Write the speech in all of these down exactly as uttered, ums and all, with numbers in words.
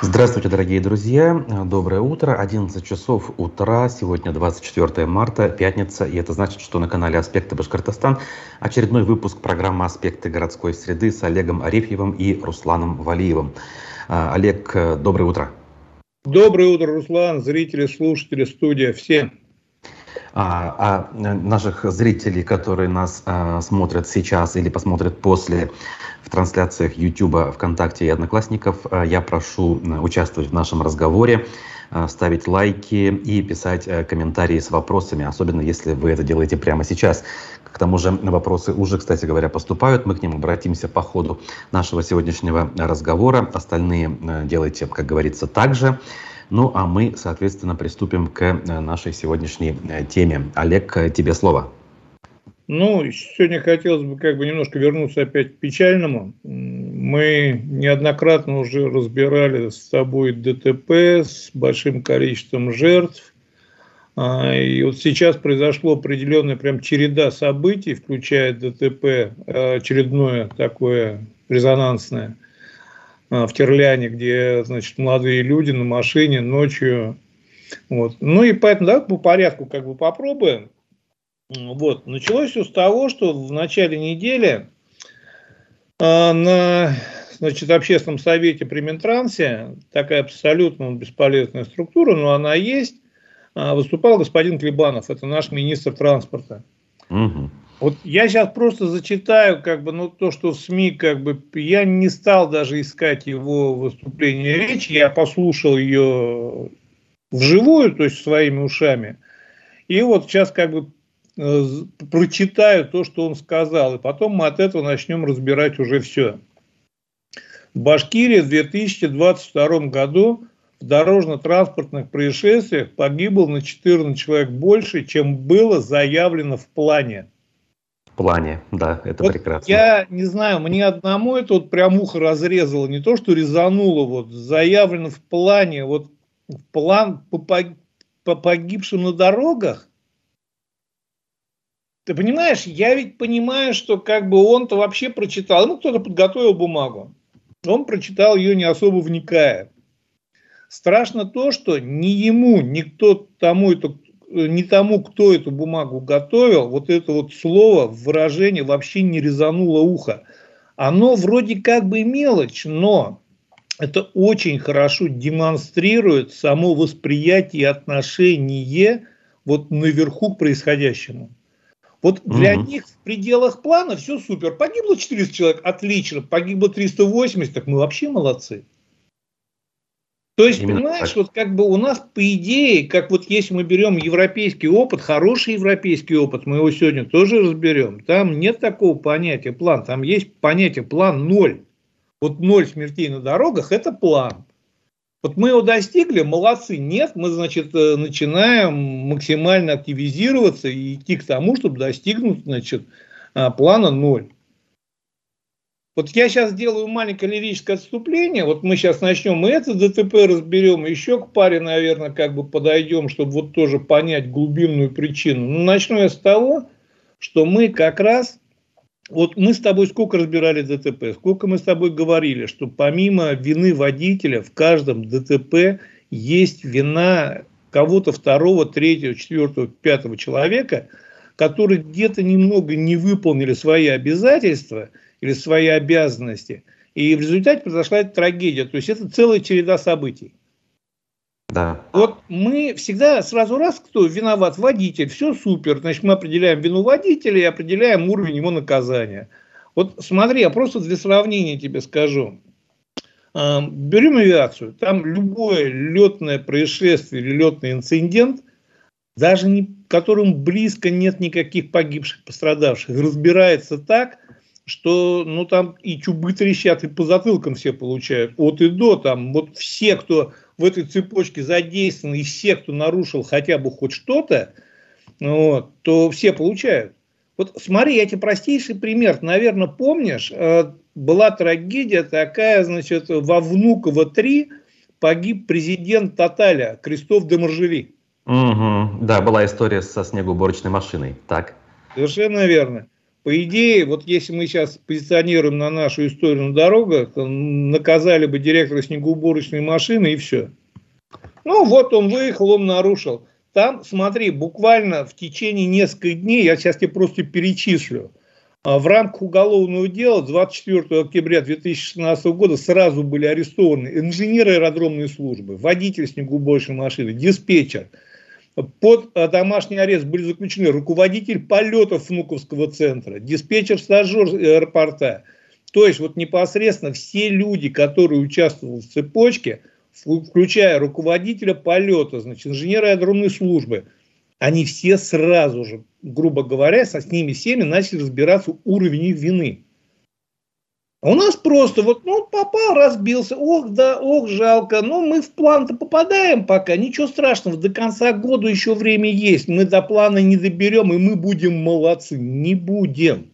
Здравствуйте, дорогие друзья. Доброе утро. одиннадцать часов утра. Сегодня двадцать четвёртое марта, пятница. И это значит, что на канале «Аспекты Башкортостан» очередной выпуск программы «Аспекты городской среды» с Олегом Арефьевым и Русланом Валиевым. Олег, доброе утро. Доброе утро, Руслан, зрители, слушатели, студия, все. А, а наших зрителей, которые нас а, смотрят сейчас или посмотрят после в трансляциях YouTube, ВКонтакте и Одноклассников, а, я прошу участвовать в нашем разговоре, а, ставить лайки и писать а, комментарии с вопросами, особенно если вы это делаете прямо сейчас. К тому же вопросы уже, кстати говоря, поступают. Мы к ним обратимся по ходу нашего сегодняшнего разговора. Остальные а, делайте, как говорится, так же. Ну, а мы, соответственно, приступим к нашей сегодняшней теме. Олег, тебе слово. Ну, сегодня хотелось бы как бы немножко вернуться опять к печальному. Мы неоднократно уже разбирали с тобой ДТП с большим количеством жертв. И вот сейчас произошло определенная прям череда событий, включая ДТП, очередное такое резонансное, в Терляне, где, значит, молодые люди на машине ночью. Вот. Ну и поэтому давай по порядку как бы попробуем. Вот. Началось все с того, что в начале недели э, на, значит, общественном совете при Минтрансе, такая абсолютно бесполезная структура, но она есть, э, выступал господин Клебанов, это наш министр транспорта. Угу. Вот я сейчас просто зачитаю, как бы, ну, то, что в СМИ, как бы, я не стал даже искать его выступление, речь, я послушал ее вживую, то есть своими ушами, и вот сейчас, как бы, э, прочитаю то, что он сказал, и потом мы от этого начнем разбирать уже все. В Башкирии в две тысячи двадцать втором году в дорожно-транспортных происшествиях погибло на четырнадцать человек больше, чем было заявлено в плане. В плане, да, это вот прекрасно. Я не знаю, мне одному это вот прям ухо разрезало, не то, что резануло, вот заявлено в плане, вот план по, по погибшим на дорогах. Ты понимаешь, я ведь понимаю, что как бы он-то вообще прочитал, ну кто-то подготовил бумагу, он прочитал ее не особо вникая. Страшно то, что ни ему, ни кто тому это не тому, кто эту бумагу готовил, вот это вот слово, выражение вообще не резануло ухо. Оно вроде как бы мелочь, но это очень хорошо демонстрирует само восприятие и отношение вот наверху к происходящему. Вот для угу. них в пределах плана все супер. Погибло четыреста человек, отлично. Погибло триста восемьдесят, так мы вообще молодцы. То есть, именно понимаешь, так. Вот как бы у нас, по идее, как вот если мы берем европейский опыт, хороший европейский опыт, мы его сегодня тоже разберем, там нет такого понятия план, там есть понятие план ноль. Вот ноль смертей на дорогах – это план. Вот мы его достигли, молодцы, нет, мы, значит, начинаем максимально активизироваться и идти к тому, чтобы достигнуть, значит, плана ноль. Вот я сейчас делаю маленькое лирическое отступление, вот мы сейчас начнем и это ДТП разберем, еще к паре, наверное, как бы подойдем, чтобы вот тоже понять глубинную причину. Ну, начну я с того, что мы как раз, вот мы с тобой сколько разбирали ДТП, сколько мы с тобой говорили, что помимо вины водителя в каждом ДТП есть вина кого-то второго, третьего, четвертого, пятого человека, которые где-то немного не выполнили свои обязательства или свои обязанности, и в результате произошла эта трагедия. То есть это целая череда событий. Да. Вот мы всегда сразу раз, кто виноват, водитель, все супер, значит мы определяем вину водителя и определяем уровень его наказания. Вот смотри, я просто для сравнения тебе скажу. Берем авиацию, там любое летное происшествие или летный инцидент, даже не, которым близко нет никаких погибших, пострадавших, разбирается так, что ну там и чубы трещат, и по затылкам все получают, от и до, там вот все, кто в этой цепочке задействован, и все, кто нарушил хотя бы хоть что-то, вот, то все получают. Вот смотри, я тебе простейший пример, наверное, помнишь, была трагедия такая, значит, во Внуково три погиб президент Тоталя Кристоф де Маржери. Угу. Да, была история со снегоуборочной машиной, так. Совершенно верно. По идее, вот если мы сейчас позиционируем на нашу историю на дорогах, наказали бы директора снегоуборочной машины и все. Ну вот он выехал, он нарушил. Там, смотри, буквально в течение нескольких дней, я сейчас тебе просто перечислю, в рамках уголовного дела двадцать четвёртого октября две тысячи шестнадцатого года сразу были арестованы инженеры аэродромной службы, водитель снегоуборочной машины, диспетчер. Под домашний арест были заключены руководитель полетов Внуковского центра, диспетчер-стажер аэропорта. То есть вот непосредственно все люди, которые участвовали в цепочке, включая руководителя полета, значит, инженера аэродромной службы, они все сразу же, грубо говоря, со с ними всеми начали разбираться уровень их вины. А у нас просто вот, ну, попал, разбился, ох, да, ох, жалко, ну, мы в план-то попадаем пока, ничего страшного, до конца года еще время есть, мы до плана не доберем, и мы будем молодцы, не будем.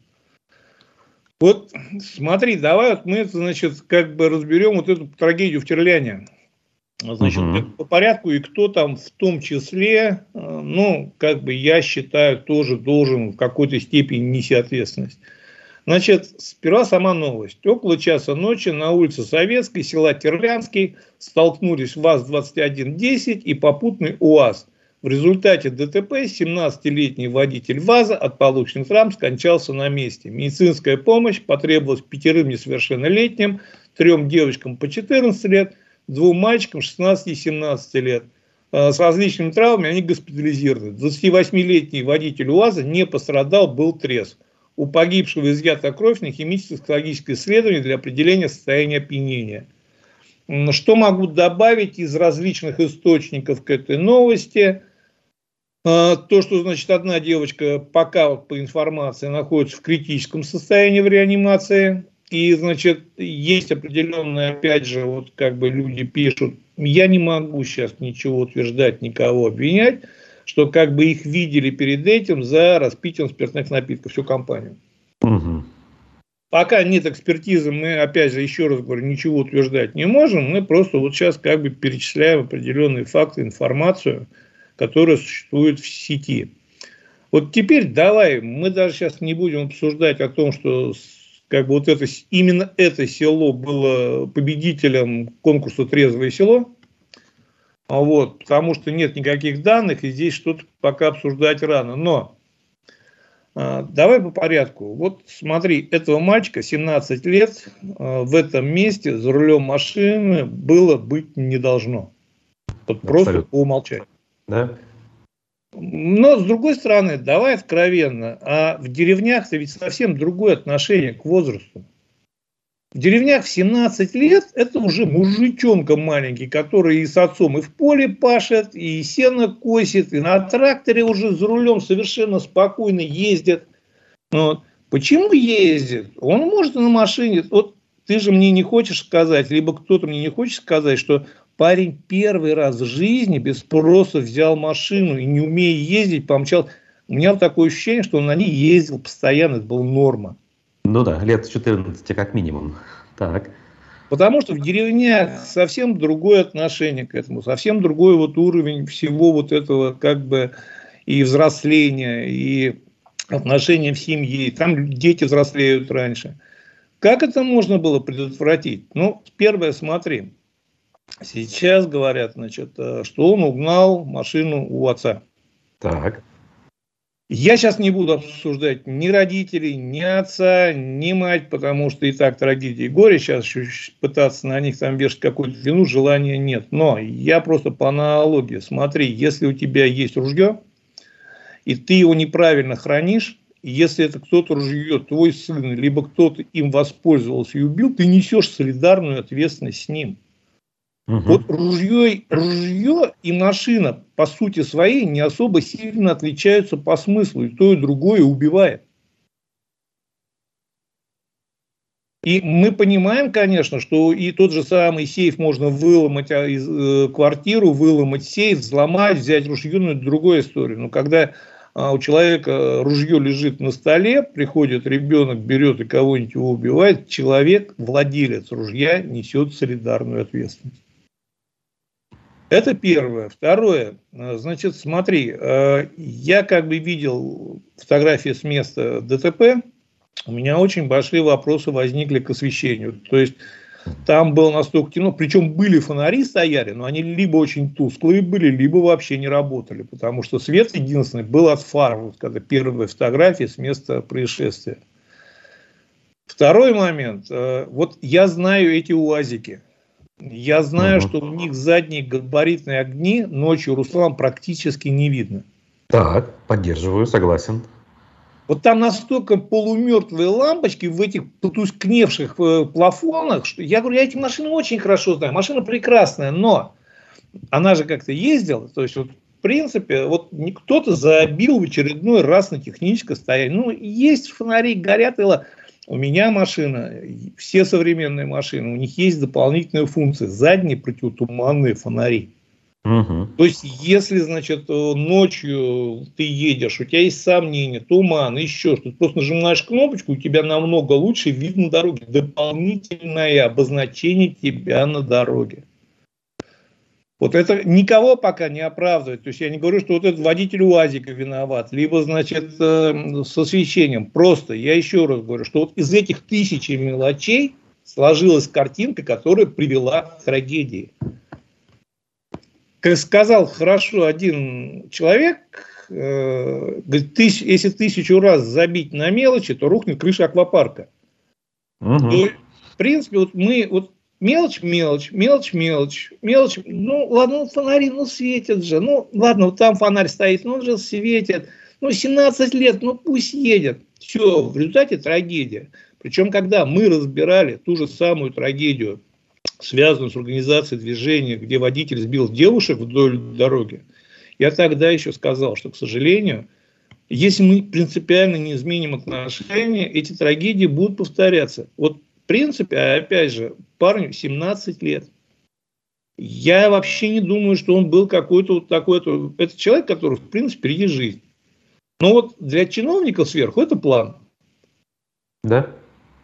Вот, смотри, давай вот мы, значит, как бы разберем вот эту трагедию в Терляне. Значит, угу. По порядку, и кто там в том числе, ну, как бы я считаю, тоже должен в какой-то степени нести ответственность. Значит, сперва сама новость. Около часа ночи на улице Советской, села Терлянский, столкнулись ВАЗ двадцать один десять и попутный УАЗ. В результате ДТП семнадцатилетний водитель ВАЗа от полученных травм скончался на месте. Медицинская помощь потребовалась пятерым несовершеннолетним, трем девочкам по четырнадцать лет, двум мальчикам шестнадцать и семнадцать лет. С различными травмами они госпитализированы. двадцативосьмилетний водитель УАЗа не пострадал, был трезв. У погибшего изъята кровь на химическое исследование для определения состояния опьянения. Что могу добавить из различных источников к этой новости? То, что, значит, одна девочка пока, вот, по информации, находится в критическом состоянии в реанимации. И, значит, есть определенные, опять же, вот как бы люди пишут, я не могу сейчас ничего утверждать, никого обвинять, что как бы их видели перед этим за распитием спиртных напитков, всю компанию. Угу. Пока нет экспертизы, мы, опять же, еще раз говорю, ничего утверждать не можем, мы просто вот сейчас как бы перечисляем определенные факты, информацию, которая существует в сети. Вот теперь давай, мы даже сейчас не будем обсуждать о том, что как бы вот это, именно это село было победителем конкурса «Трезвое село». Вот, потому что нет никаких данных, и здесь что-то пока обсуждать рано. Но э, давай по порядку. Вот смотри, этого мальчика семнадцать лет э, в этом месте за рулем машины было быть не должно. Вот просто по умолчанию. Да? Но с другой стороны, давай откровенно, а в деревнях-то ведь совсем другое отношение к возрасту. В деревнях в семнадцать лет это уже мужичонка маленький, который и с отцом и в поле пашет, и сено косит, и на тракторе уже за рулем совершенно спокойно ездит. Вот. Почему ездит? Он может на машине. Вот ты же мне не хочешь сказать, либо кто-то мне не хочет сказать, что парень первый раз в жизни без спроса взял машину и, не умея ездить, помчал. У меня такое ощущение, что он на ней ездил постоянно, это была норма. Ну да, лет четырнадцать как минимум. Так. Потому что в деревнях совсем другое отношение к этому, совсем другой вот уровень всего вот этого как бы и взросления, и отношения в семье. Там дети взрослеют раньше. Как это можно было предотвратить? Ну, первое, смотри. Сейчас говорят, значит, что он угнал машину у отца. Так. Я сейчас не буду обсуждать ни родителей, ни отца, ни мать, потому что и так трагедия и горе. Сейчас еще пытаться на них там вешать какую-то вину, желания нет. Но я просто по аналогии. Смотри, если у тебя есть ружье, и ты его неправильно хранишь, если это кто-то ружье, твой сын, либо кто-то им воспользовался и убил, ты несешь солидарную ответственность с ним. Угу. Вот ружье, ружье и машина по сути своей не особо сильно отличаются по смыслу. И то, и другое убивает. И мы понимаем, конечно, что и тот же самый сейф можно выломать из э, квартиру, выломать сейф, взломать, взять ружье, но это другая история. Но когда а, у человека ружье лежит на столе, приходит ребенок, берет и кого-нибудь его убивает, человек, владелец ружья, несет солидарную ответственность. Это первое. Второе. Значит, смотри, я как бы видел фотографии с места ДТП. у меня очень большие вопросы возникли к освещению. То есть там было настолько темно, причем были фонари стояли, но они либо очень тусклые были, либо вообще не работали, потому что свет единственный был от фар, вот когда первые фотографии с места происшествия. Второй момент. Вот я знаю эти УАЗики. Я знаю, угу. что у них задние габаритные огни ночью, Руслан, практически не видно. Так, поддерживаю, согласен. Вот там настолько полумертвые лампочки в этих потускневших плафонах, что я говорю, я эти машины очень хорошо знаю. Машина прекрасная, но она же как-то ездила. То есть, вот, в принципе, вот кто-то забил в очередной раз на техническое состояние. Ну, есть фонари, горят, и ладно. У меня машина, все современные машины, у них есть дополнительная функция. Задние противотуманные фонари. Угу. То есть, если, значит, ночью ты едешь, у тебя есть сомнения, туман, еще что-то, просто нажимаешь кнопочку, у тебя намного лучше вид на дороге. Дополнительное обозначение тебя на дороге. Вот это никого пока не оправдывает. То есть, я не говорю, что вот этот водитель УАЗика виноват, либо, значит, с освещением. Просто, я еще раз говорю, что вот из этих тысячи мелочей сложилась картинка, которая привела к трагедии. Как сказал хорошо один человек, э, говорит, тысяч, если тысячу раз забить на мелочи, то рухнет крыша аквапарка. Угу. И, в принципе, вот мы... Вот, Мелочь, мелочь, мелочь, мелочь, мелочь. Ну, ладно, ну, фонари, ну, светят же. Ну, ладно, вот там фонарь стоит, ну, он же светит. Ну, семнадцать лет, ну, пусть едет. Все, в результате трагедия. Причем, когда мы разбирали ту же самую трагедию, связанную с организацией движения, где водитель сбил девушек вдоль дороги, я тогда еще сказал, что, к сожалению, если мы принципиально не изменим отношения, эти трагедии будут повторяться. Вот, в принципе, опять же, парню семнадцать лет. Я вообще не думаю, что он был какой-то вот такой. Это человек, который, в принципе, впереди жизнь. Но вот для чиновников сверху это план. Да.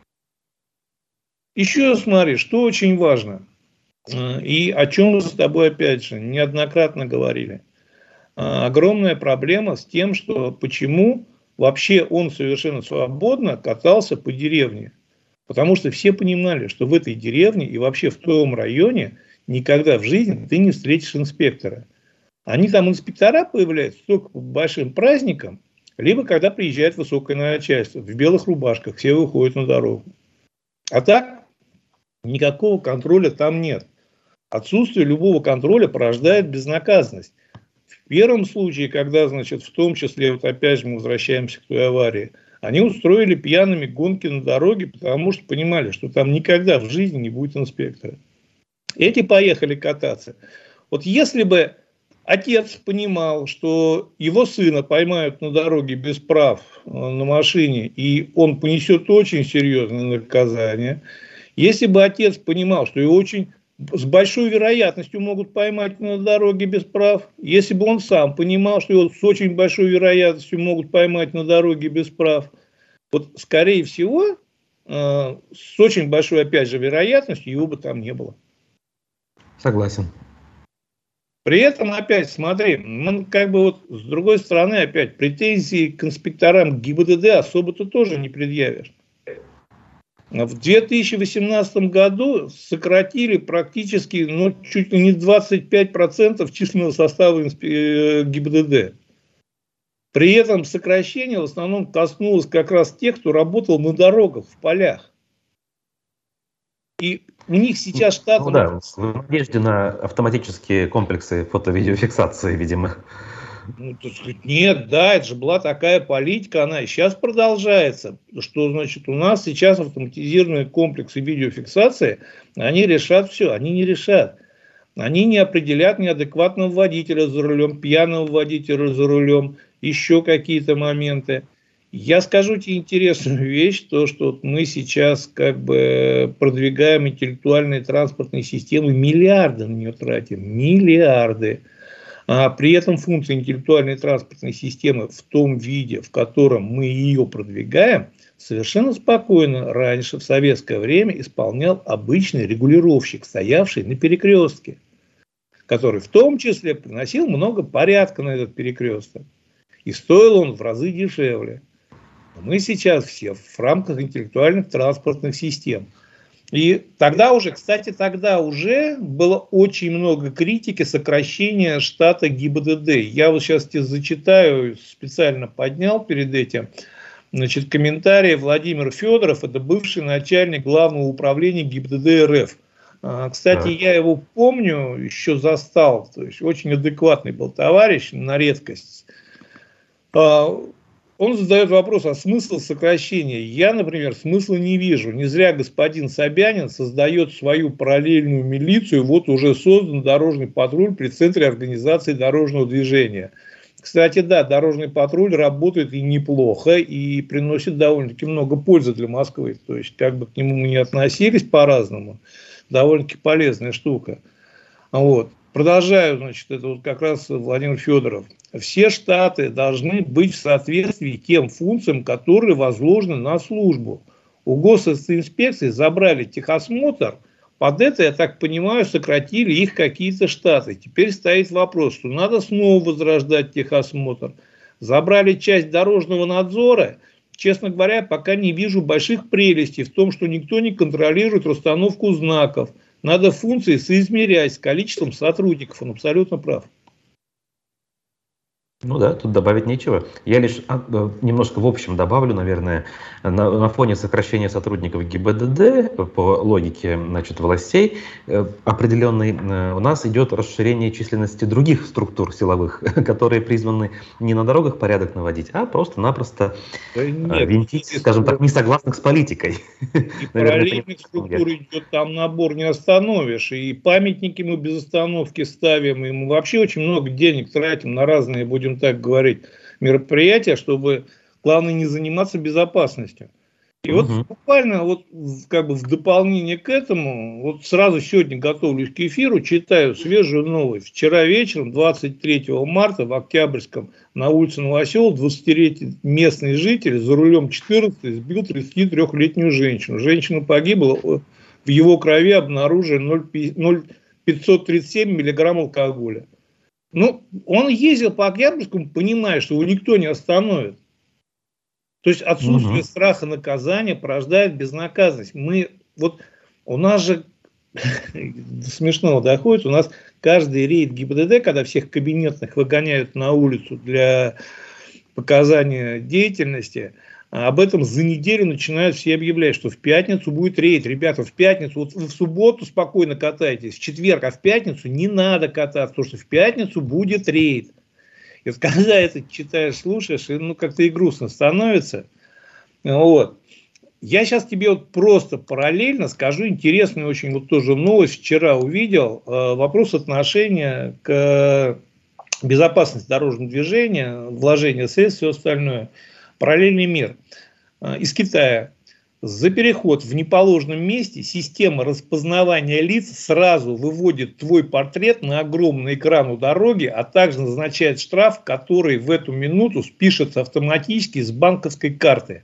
Еще смотри, что очень важно. И о чем мы с тобой, опять же, неоднократно говорили. Огромная проблема с тем, что почему вообще он совершенно свободно катался по деревне. Потому что все понимали, что в этой деревне и вообще в том районе никогда в жизни ты не встретишь инспектора. Они там, инспектора, появляются только по большим праздникам, либо когда приезжает высокое начальство. В белых рубашках все выходят на дорогу. А так никакого контроля там нет. Отсутствие любого контроля порождает безнаказанность. В первом случае, когда, значит, в том числе, вот опять же мы возвращаемся к той аварии, они устроили пьяными гонки на дороге, потому что понимали, что там никогда в жизни не будет инспектора. Эти поехали кататься. Вот если бы отец понимал, что его сына поймают на дороге без прав на машине, и он понесет очень серьезное наказание, если бы отец понимал, что его очень с большой вероятностью могут поймать на дороге без прав. Если бы он сам понимал, что его с очень большой вероятностью могут поймать на дороге без прав. Вот, скорее всего, э, с очень большой, опять же, вероятностью его бы там не было. Согласен. При этом, опять, смотри, мы как бы вот с другой стороны, опять, претензий к инспекторам ГИБДД особо-то тоже не предъявишь. В две тысячи восемнадцатом году сократили практически, ну, чуть ли не двадцать пять процентов численного состава ГИБДД. При этом сокращение в основном коснулось как раз тех, кто работал на дорогах, в полях. И у них сейчас штат... Ну да, в надежде на автоматические комплексы фото-видеофиксации, видимо. Ну, так сказать, нет, да, это же была такая политика, она и сейчас продолжается, что, значит, у нас сейчас автоматизированные комплексы видеофиксации, они решат все, они не решат. Они не определят неадекватного водителя за рулем, пьяного водителя за рулем, еще какие-то моменты. Я скажу тебе интересную вещь, то, что вот мы сейчас как бы продвигаем интеллектуальные транспортные системы, миллиарды на нее тратим, миллиарды. А при этом функция интеллектуальной транспортной системы в том виде, в котором мы ее продвигаем, совершенно спокойно раньше в советское время исполнял обычный регулировщик, стоявший на перекрестке, который в том числе приносил много порядка на этот перекресток. И стоил он в разы дешевле. Мы сейчас все в рамках интеллектуальных транспортных систем. И тогда уже, кстати, тогда уже было очень много критики сокращения штата ГИБДД. Я вот сейчас тебе зачитаю, специально поднял перед этим, значит, комментарий. Владимир Федоров, это бывший начальник главного управления ГИБДД РФ. Кстати, да. Я его помню, еще застал, то есть очень адекватный был товарищ, на редкость. Он задает вопрос, а смысл сокращения? Я, например, смысла не вижу. Не зря господин Собянин создает свою параллельную милицию. Вот уже создан дорожный патруль при Центре организации дорожного движения. Кстати, да, дорожный патруль работает и неплохо, и приносит довольно-таки много пользы для Москвы. То есть, как бы к нему мы не относились по-разному, довольно-таки полезная штука. Вот. Продолжаю, значит, это вот как раз Владимир Федоров. Все штаты должны быть в соответствии тем функциям, которые возложены на службу. У госинспекции забрали техосмотр, под это, я так понимаю, сократили их какие-то штаты. Теперь стоит вопрос, что надо снова возрождать техосмотр. Забрали часть дорожного надзора. Честно говоря, пока не вижу больших прелестей в том, что никто не контролирует расстановку знаков. Надо функции соизмерять с количеством сотрудников. Он абсолютно прав. Ну да, тут добавить нечего. Я лишь немножко в общем добавлю, наверное, на, на фоне сокращения сотрудников ГИБДД по логике, значит, властей определенной, у нас идет расширение численности других структур силовых, которые призваны не на дорогах порядок наводить, а просто-напросто да винтить, скажем так, несогласных с политикой. И параллельных структур идет, там набор не остановишь, и памятники мы без остановки ставим, и мы вообще очень много денег тратим на разные, будем так говорить, мероприятия, чтобы, главное, не заниматься безопасностью. И угу. вот буквально вот как бы в дополнение к этому, вот сразу сегодня готовлюсь к эфиру, читаю свежую новость. Вчера вечером, двадцать третьего марта, в Октябрьском, на улице Новоселов, двадцатилетний местный житель за рулем четырнадцати сбил тридцатитрёхлетнюю женщину. Женщина погибла, в его крови обнаружили ноль целых пятьсот тридцать семь миллиграмм алкоголя. Ну, он ездил по Октябрьскому, понимая, что его никто не остановит. То есть отсутствие угу. страха наказания порождает безнаказанность. Мы, вот у нас же до смешного доходит, у нас каждый рейд ГИБДД, когда всех кабинетных выгоняют на улицу для показания деятельности, об этом за неделю начинают все объявлять, что в пятницу будет рейд. Ребята, в пятницу, вот вы в субботу спокойно катайтесь, в четверг, а в пятницу не надо кататься, потому что в пятницу будет рейд. И вот когда это читаешь, слушаешь, ну как-то и грустно становится. Вот. Я сейчас тебе вот просто параллельно скажу интересную очень вот тоже новость. Вчера увидел э, вопрос отношения к безопасности дорожного движения, вложения средств и все остальное. Параллельный мир. Из Китая. За переход в неположенном месте система распознавания лиц сразу выводит твой портрет на огромный экран у дороги, а также назначает штраф, который в эту минуту спишется автоматически с банковской карты.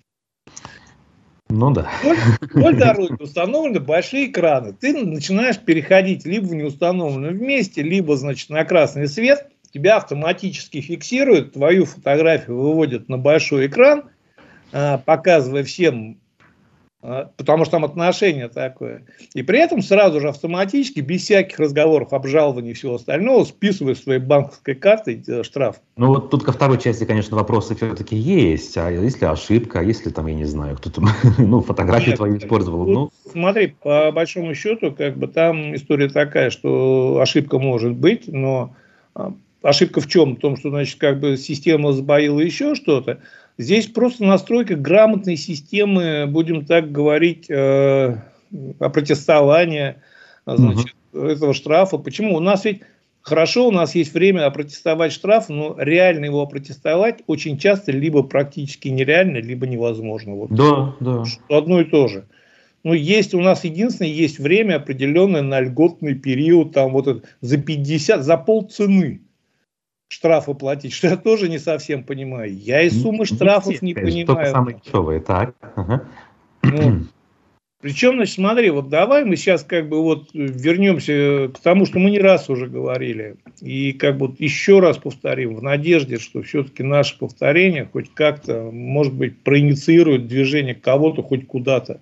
Ну да. Вдоль дороги установлены большие экраны. Ты начинаешь переходить либо в неустановленном месте, либо, значит, на красный свет. Тебя автоматически фиксируют, твою фотографию выводят на большой экран, показывая всем, потому что там отношение такое. И при этом сразу же автоматически, без всяких разговоров, обжалований и всего остального, списывают с твоей банковской карты штраф. Ну вот тут ко второй части, конечно, вопросы все-таки есть. А если ошибка, а если там, я не знаю, кто-то ну, фотографию твою использовал? Ну, ну... Смотри, по большому счету, как бы там история такая, что ошибка может быть, но... Ошибка в чем? В том, что, значит, как бы система сбоила еще что-то. Здесь просто настройка грамотной системы, будем так говорить, э, опротестования, значит, угу. этого штрафа. Почему? У нас ведь хорошо, у нас есть время опротестовать штраф, но реально его опротестовать очень часто либо практически нереально, либо невозможно. Вот. Да, да. Одно и то же. Ну, есть у нас единственное, есть время определенное на льготный период, там вот это, за пятьдесят, за полцены. Штрафы платить, что я тоже не совсем понимаю. Я и суммы штрафов не, не понимаю. Только самые дешевые, так. Ага. Ну, Причем, значит, смотри, вот давай мы сейчас как бы вот вернемся к тому, что мы не раз уже говорили. И как бы еще раз повторим, в надежде, что все-таки наше повторение хоть как-то, может быть, проинициирует движение кого-то хоть куда-то.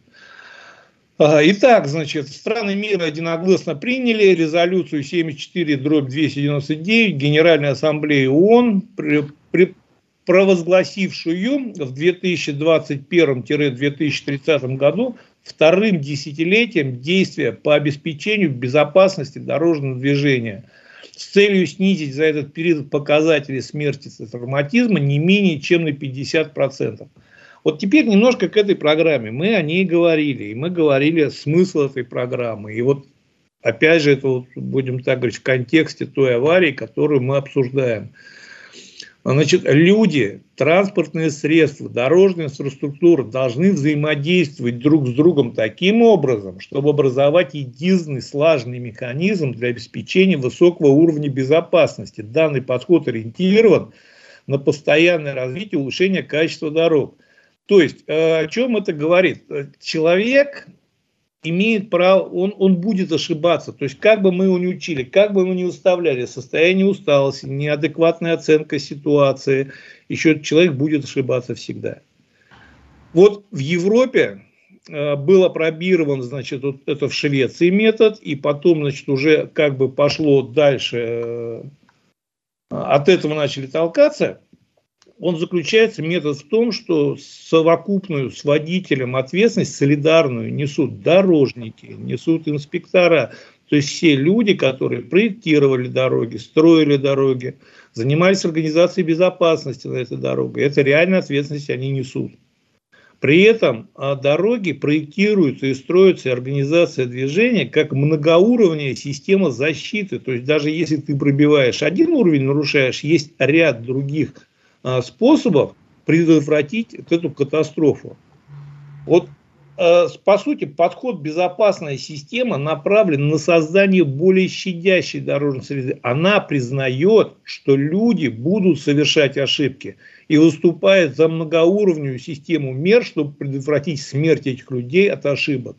Итак, значит, страны мира единогласно приняли резолюцию семьдесят четыре дробь двести девяносто девять Генеральной Ассамблеи ООН, при, при, провозгласившую в две тысячи двадцать первом — две тысячи тридцатом году вторым десятилетием действия по обеспечению безопасности дорожного движения с целью снизить за этот период показатели смерти и травматизма не менее чем на пятьдесят процентов. Вот теперь немножко к этой программе. Мы о ней говорили, и мы говорили смысл этой программы. И вот опять же, это вот, будем так говорить, в контексте той аварии, которую мы обсуждаем. Значит, люди, транспортные средства, дорожная инфраструктура должны взаимодействовать друг с другом таким образом, чтобы образовать единый слаженный механизм для обеспечения высокого уровня безопасности. Данный подход ориентирован на постоянное развитие и улучшение качества дорог. То есть, о чем это говорит? Человек имеет право, он, он будет ошибаться. То есть, как бы мы его не учили, как бы мы не уставляли, состояние усталости, неадекватная оценка ситуации, еще человек будет ошибаться всегда. Вот в Европе э, был опробирован, значит, вот это в Швеции метод, и потом, значит, уже как бы пошло дальше, э, от этого начали толкаться. Он заключается, метод в том, что совокупную с водителем ответственность солидарную несут дорожники, несут инспектора. То есть все люди, которые проектировали дороги, строили дороги, занимались организацией безопасности на этой дороге. Это реальная ответственность они несут. При этом дороги проектируются и строятся, и организация движения как многоуровневая система защиты. То есть даже если ты пробиваешь один уровень, нарушаешь, есть ряд других способов предотвратить эту катастрофу. Вот, по сути, подход «безопасная система» направлен на создание более щадящей дорожной среды. Она признает, что люди будут совершать ошибки и выступает за многоуровневую систему мер, чтобы предотвратить смерть этих людей от ошибок,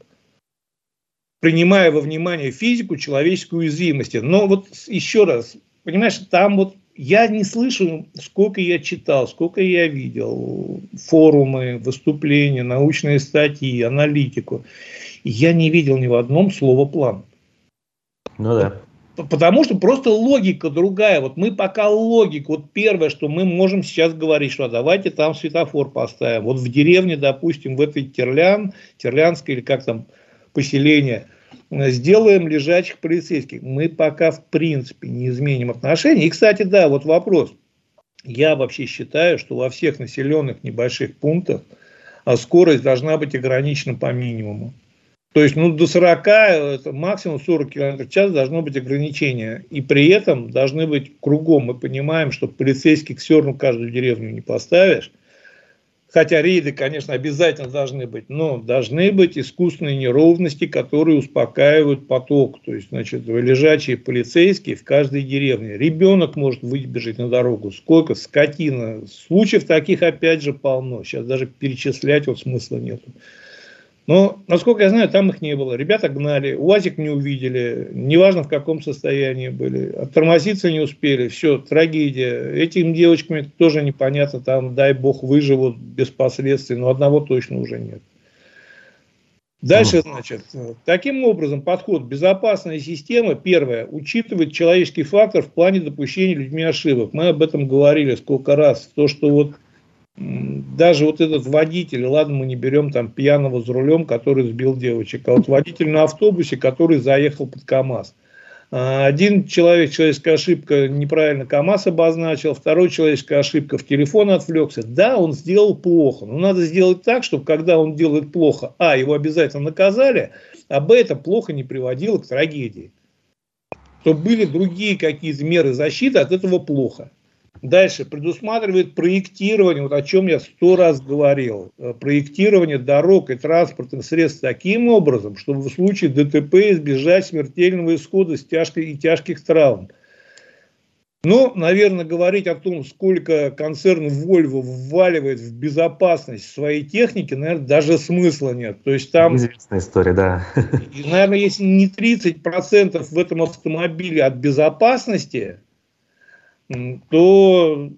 принимая во внимание физику человеческой уязвимости. Но вот еще раз, понимаешь, там вот я не слышу, сколько я читал, сколько я видел, форумы, выступления, научные статьи, аналитику. Я не видел ни в одном слова план. Ну да. Потому что просто логика другая. Вот мы пока логику, вот первое, что мы можем сейчас говорить, что давайте там светофор поставим. Вот в деревне, допустим, в этой Терлян, Терлянской или как там поселение, сделаем лежачих полицейских. Мы пока в принципе не изменим отношения. И, кстати, да, вот вопрос. Я вообще считаю, что во всех населенных небольших пунктах скорость должна быть ограничена по минимуму. То есть, ну, до сорока, это максимум сорок километров в час должно быть ограничение. И при этом должны быть кругом. Мы понимаем, что полицейских все равно каждую деревню не поставишь. Хотя рейды, конечно, обязательно должны быть, но должны быть искусственные неровности, которые успокаивают поток. То есть, значит, лежачие полицейские в каждой деревне. Ребенок может выбежать на дорогу. Сколько? Скотина. Случаев таких, опять же, полно. Сейчас даже перечислять вот смысла нету. Но, насколько я знаю, там их не было. Ребята гнали, УАЗик не увидели, неважно в каком состоянии были. Оттормозиться не успели, все, трагедия. Этим девочками тоже непонятно, там, дай бог, выживут без последствий, но одного точно уже нет. Дальше, значит, таким образом подход безопасная система, первое, учитывает человеческий фактор в плане допущения людьми ошибок. Мы об этом говорили сколько раз. То, что вот даже вот этот водитель, ладно, мы не берем там пьяного за рулем, который сбил девочек, а вот водитель на автобусе, который заехал под КАМАЗ. Один человек, человеческая ошибка, неправильно КАМАЗ обозначил, второй человеческая ошибка, в телефон отвлекся. Да, он сделал плохо, но надо сделать так, чтобы когда он делает плохо, а, его обязательно наказали, а б, это плохо не приводило к трагедии. Чтобы были другие какие-то меры защиты от этого плохо. Дальше предусматривает проектирование, вот о чем я сто раз говорил, проектирование дорог и транспортных средств таким образом, чтобы в случае ДТП избежать смертельного исхода с тяжкой и тяжких травм. Но, наверное, говорить о том, сколько концерн Volvo вваливает в безопасность своей техники, наверное, даже смысла нет. То есть там, известная история, да. и, наверное, если не тридцать процентов в этом автомобиле от безопасности, то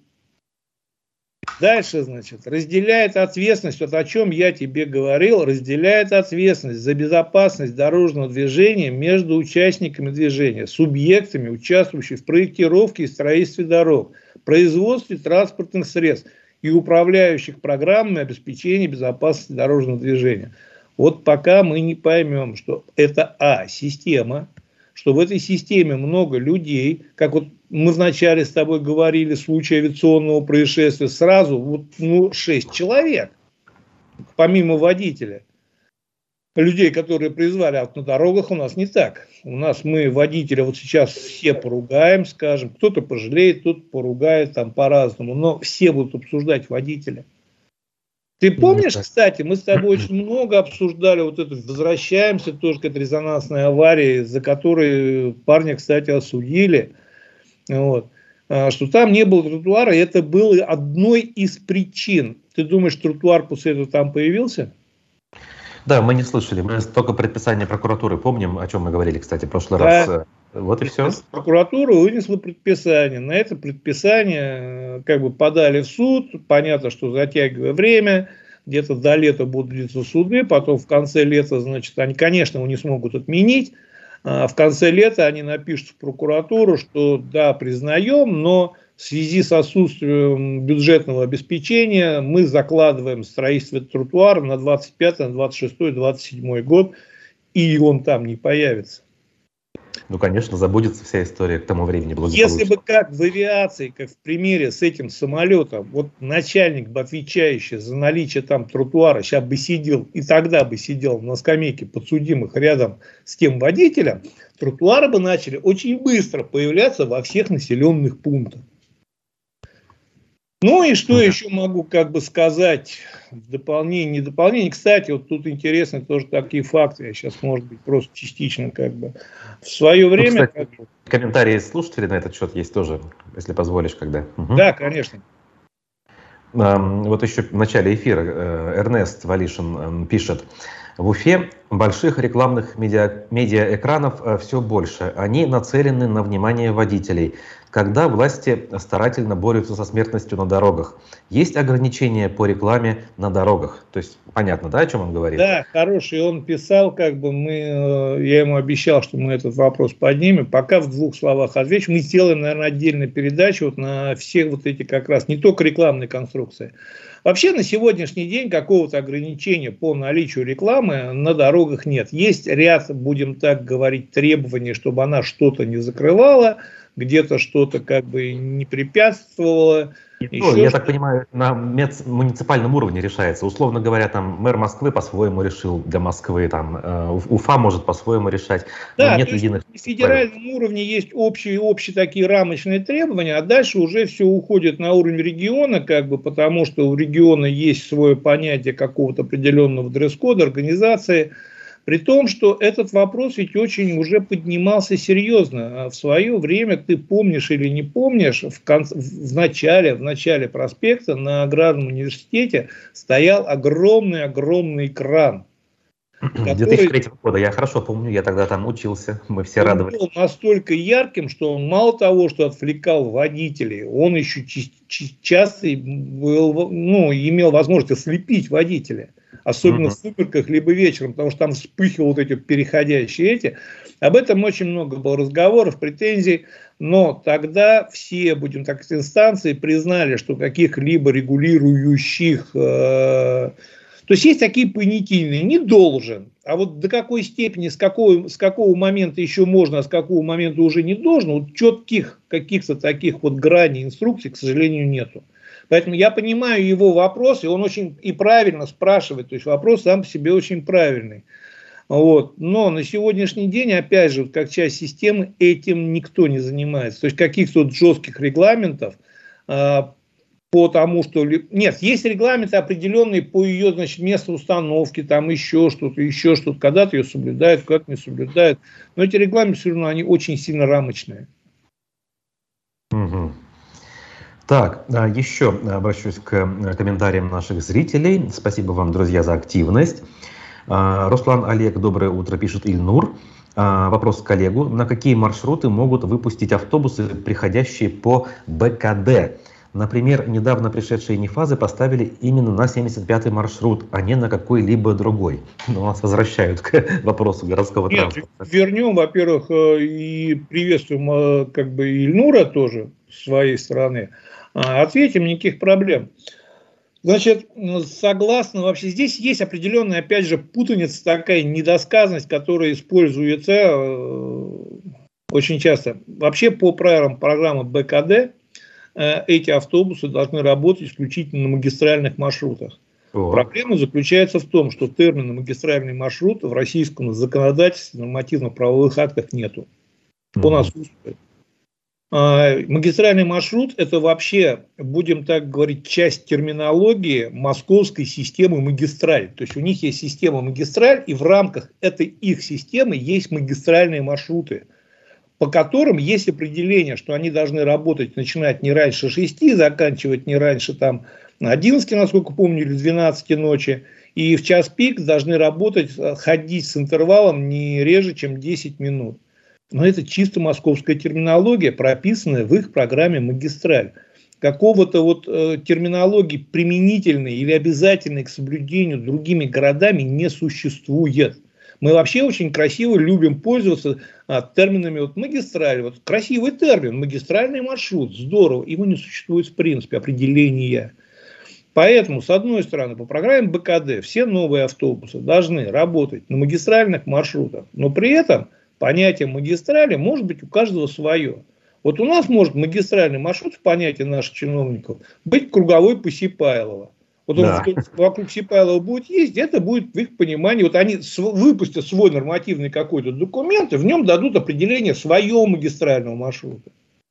дальше, значит, разделяет ответственность, вот о чем я тебе говорил, разделяет ответственность за безопасность дорожного движения между участниками движения, субъектами, участвующими в проектировке и строительстве дорог, производстве транспортных средств и управляющих программами обеспечения безопасности дорожного движения. Вот пока мы не поймем, что это а, система, что в этой системе много людей, как вот мы вначале с тобой говорили, в случае авиационного происшествия, сразу вот, ну, шесть человек, помимо водителя, людей, которые призвали, а вот на дорогах у нас не так. У нас мы водителя вот сейчас все поругаем, скажем, кто-то пожалеет, кто-то поругает, там по-разному, но все будут обсуждать водителя. Ты помнишь, кстати, мы с тобой очень много обсуждали, вот это, возвращаемся тоже к этой резонансной аварии, за которой парня, кстати, осудили, вот, что там не было тротуара, и это было одной из причин. Ты думаешь, тротуар после этого там появился? Да, мы не слышали, мы только предписание прокуратуры помним, о чем мы говорили, кстати, в прошлый да. раз. Вот и все. Прокуратура вынесла предписание. На это предписание как бы подали в суд. Понятно, что затягивая время, где-то до лета будут длиться суды, потом в конце лета, значит, они, конечно, его не смогут отменить. А в конце лета они напишут в прокуратуру, что да, признаем, но в связи с отсутствием бюджетного обеспечения мы закладываем строительство тротуара на двадцать пятый, двадцать шестой, двадцать седьмой год, и он там не появится. Ну, конечно, забудется вся история к тому времени. Если бы как в авиации, как в примере с этим самолетом, вот начальник бы, отвечающий за наличие там тротуара, сейчас бы сидел, и тогда бы сидел на скамейке подсудимых рядом с тем водителем, тротуары бы начали очень быстро появляться во всех населенных пунктах. Ну и что да. еще могу как бы сказать в дополнение, не дополнение. Кстати, вот тут интересны тоже такие факты. Я сейчас, может быть, просто частично как бы в свое время... Ну, кстати, как... комментарии слушателей на этот счет есть тоже, если позволишь, когда. Угу. Да, конечно. Вот еще в начале эфира Эрнест Валишин пишет. В Уфе больших рекламных медиа, медиаэкранов все больше. Они нацелены на внимание водителей. Когда власти старательно борются со смертностью на дорогах, есть ограничения по рекламе на дорогах. То есть понятно, да, о чем он говорит? Да, хороший. Он писал, как бы мы, я ему обещал, что мы этот вопрос поднимем. Пока в двух словах отвечу. Мы сделаем, наверное, отдельную передачу вот на все вот эти как раз, не только рекламные конструкции. Вообще на сегодняшний день какого-то ограничения по наличию рекламы на дорогах нет. Есть ряд, будем так говорить, требований, чтобы она что-то не закрывала, где-то что-то как бы не препятствовало. Ну, я так понимаю, на муниципальном уровне решается. Условно говоря, там мэр Москвы по-своему решил для Москвы, там э, Уфа может по-своему решать. Да, нет единых. На федеральном уровне есть общие, общие такие рамочные требования, а дальше уже все уходит на уровень региона, как бы, потому что у региона есть свое понятие какого-то определенного дресс-кода, организации. При том, что этот вопрос ведь очень уже поднимался серьезно. В свое время, ты помнишь или не помнишь, в, конце, в, начале, в начале проспекта на Аграрном университете стоял огромный-огромный кран. две тысячи третьего года, я хорошо помню, я тогда там учился, мы все он радовались. Он был настолько ярким, что он мало того, что отвлекал водителей, он еще часто был, ну, имел возможность ослепить водителя. Особенно uh-huh. в сумерках, либо вечером, потому что там вспыхивают эти переходящие эти. Об этом очень много было разговоров, претензий, но тогда все, будем так сказать, инстанции признали, что каких-либо регулирующих... Э, то есть есть такие понятийные, не должен, а вот до какой степени, с какого, с какого момента еще можно, а с какого момента уже не должен, вот четких каких-то таких вот граней инструкций, к сожалению, нету. Поэтому я понимаю его вопрос, и он очень и правильно спрашивает, то есть вопрос сам по себе очень правильный. Вот. Но на сегодняшний день, опять же, как часть системы, этим никто не занимается. То есть каких-то жестких регламентов а, по тому, что... Нет, есть регламенты определенные по ее, значит, месту установки, там еще что-то, еще что-то. Когда-то ее соблюдают, когда-то не соблюдают. Но эти регламенты все равно, они очень сильно рамочные. Угу. Так, еще обращусь к комментариям наших зрителей. Спасибо вам, друзья, за активность. Руслан Олег, доброе утро, пишет Ильнур. Вопрос к коллегу. На какие маршруты могут выпустить автобусы, приходящие по бэ ка дэ? Например, недавно пришедшие НИФАЗы поставили именно на семьдесят пятый маршрут, а не на какой-либо другой. Но нас возвращают к вопросу городского Нет, транспорта. Вернем, во-первых, и приветствуем как бы Ильнура тоже с своей стороны. Ответим, никаких проблем. Значит, согласно, вообще здесь есть определенная, опять же, путаница, такая недосказанность, которая используется очень часто. Вообще, по правилам программы бэ ка дэ, эти автобусы должны работать исключительно на магистральных маршрутах. О. Проблема заключается в том, что термина магистральный маршрут в российском законодательстве, нормативно-правовых актах нету. Он отсутствует. А, магистральный маршрут – это вообще, будем так говорить, часть терминологии московской системы магистраль. То есть у них есть система магистраль, и в рамках этой их системы есть магистральные маршруты, по которым есть определение, что они должны работать, начинать не раньше шести, заканчивать не раньше там одиннадцати, насколько помню, или двенадцати ночи. И в час пик должны работать, ходить с интервалом не реже, чем десять минут. Но это чисто московская терминология, прописанная в их программе «Магистраль». Какого-то вот э, терминологии применительной или обязательной к соблюдению другими городами не существует. Мы вообще очень красиво любим пользоваться а, терминами вот, магистраль. Вот, красивый термин, магистральный маршрут, здорово. Его не существует в принципе определения. Поэтому, с одной стороны, по программе бэ ка дэ все новые автобусы должны работать на магистральных маршрутах. Но при этом понятие магистрали может быть у каждого свое. Вот у нас может магистральный маршрут в понятии наших чиновников быть круговой по Сипайлово. Вот да. Он вокруг Сипайлова будет ездить, это будет в их понимании. Вот они выпустят свой нормативный какой-то документ, и в нем дадут определение своего магистрального маршрута.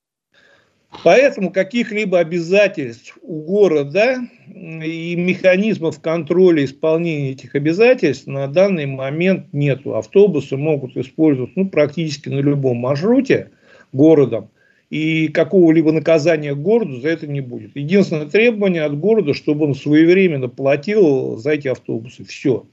Поэтому каких-либо обязательств у города и механизмов контроля исполнения этих обязательств на данный момент нету. Автобусы могут использоваться ну, практически на любом маршруте городом. И какого-либо наказания городу за это не будет. Единственное требование от города, чтобы он своевременно платил за эти автобусы. Все.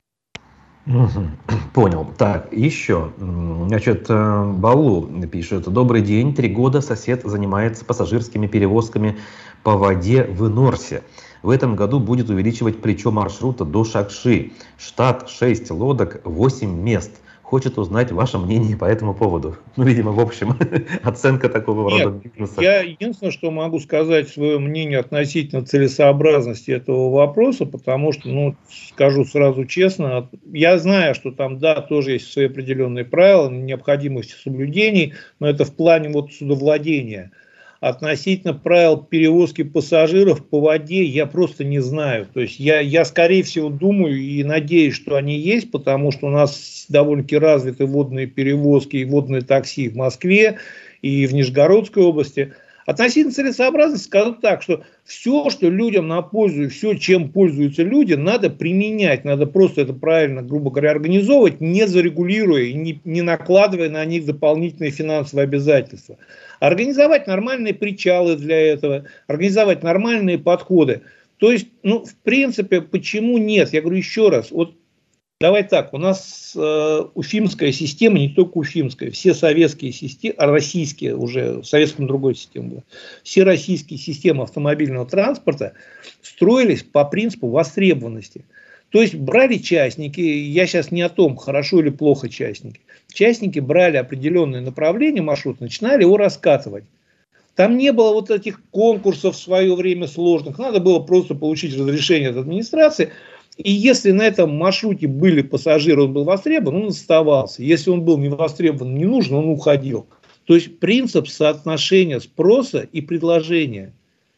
Понял. Так, еще. Значит, Балу пишет. Добрый день. Три года сосед занимается пассажирскими перевозками по воде в Инорсе. В этом году будет увеличивать плечо маршрута до Шакши. Штат шесть лодок, восемь мест. Хочет узнать ваше мнение по этому поводу. Ну, видимо, в общем, оценка такого Нет, рода бизнеса. Я единственное, что могу сказать свое мнение относительно целесообразности этого вопроса, потому что, ну, скажу сразу честно, я знаю, что там, да, тоже есть свои определенные правила, необходимости соблюдений, но это в плане вот судовладения. Относительно правил перевозки пассажиров по воде я просто не знаю. То есть я, я скорее всего думаю и надеюсь, что они есть, потому что у нас довольно-таки развиты водные перевозки и водные такси в Москве и в Нижегородской области. Относительно целесообразности скажу так, что все, что людям на пользу и все, чем пользуются люди, надо применять. Надо просто это правильно, грубо говоря, организовывать, не зарегулируя и не, не накладывая на них дополнительные финансовые обязательства. Организовать нормальные причалы для этого, организовать нормальные подходы. То есть, ну, в принципе, почему нет? Я говорю еще раз, вот давай так, у нас э, уфимская система, не только уфимская, все советские системы, а российские уже, в советском другой системе была, все российские системы автомобильного транспорта строились по принципу востребованности. То есть брали частники, я сейчас не о том, хорошо или плохо частники, частники брали определенное направление маршрута, начинали его раскатывать. Там не было вот этих конкурсов в свое время сложных, надо было просто получить разрешение от администрации. И если на этом маршруте были пассажиры, он был востребован, он оставался. Если он был не востребован, не нужен, он уходил. То есть принцип соотношения спроса и предложения.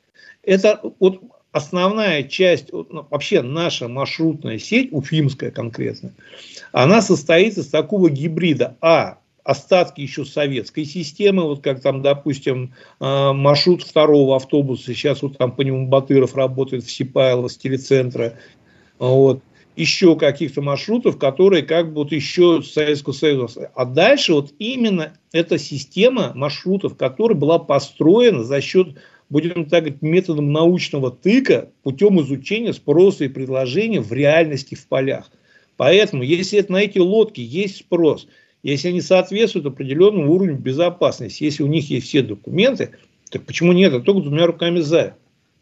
Это вот основная часть, вообще наша маршрутная сеть, уфимская конкретно, она состоит из такого гибрида. А, остатки еще советской системы, вот как там, допустим, маршрут второго автобуса, сейчас вот там по нему Батыров работает в Сипайлово с телецентра, вот, еще каких-то маршрутов, которые как бы вот еще с Советского Союза. А дальше вот именно эта система маршрутов, которая была построена за счет будем так говорить, методом научного тыка, путем изучения спроса и предложения в реальности в полях. Поэтому, если это на эти лодки есть спрос, если они соответствуют определенному уровню безопасности, если у них есть все документы, так почему нет? А только двумя руками за.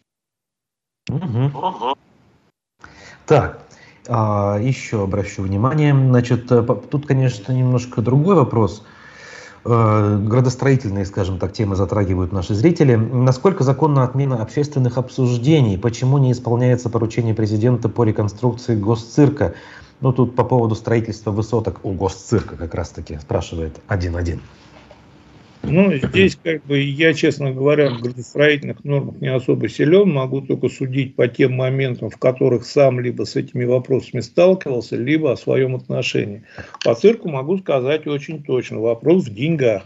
Угу. Так, а, еще обращу внимание. Значит, тут, конечно, немножко другой вопрос. Градостроительные, скажем так, темы затрагивают наши зрители. Насколько законна отмена общественных обсуждений? Почему не исполняется поручение президента по реконструкции госцирка? Ну, тут по поводу строительства высоток у госцирка как раз-таки спрашивает один-один. Ну, здесь, как бы, я, честно говоря, в градостроительных нормах не особо силен, могу только судить по тем моментам, в которых сам либо с этими вопросами сталкивался, либо о своем отношении. По цирку могу сказать очень точно, вопрос в деньгах.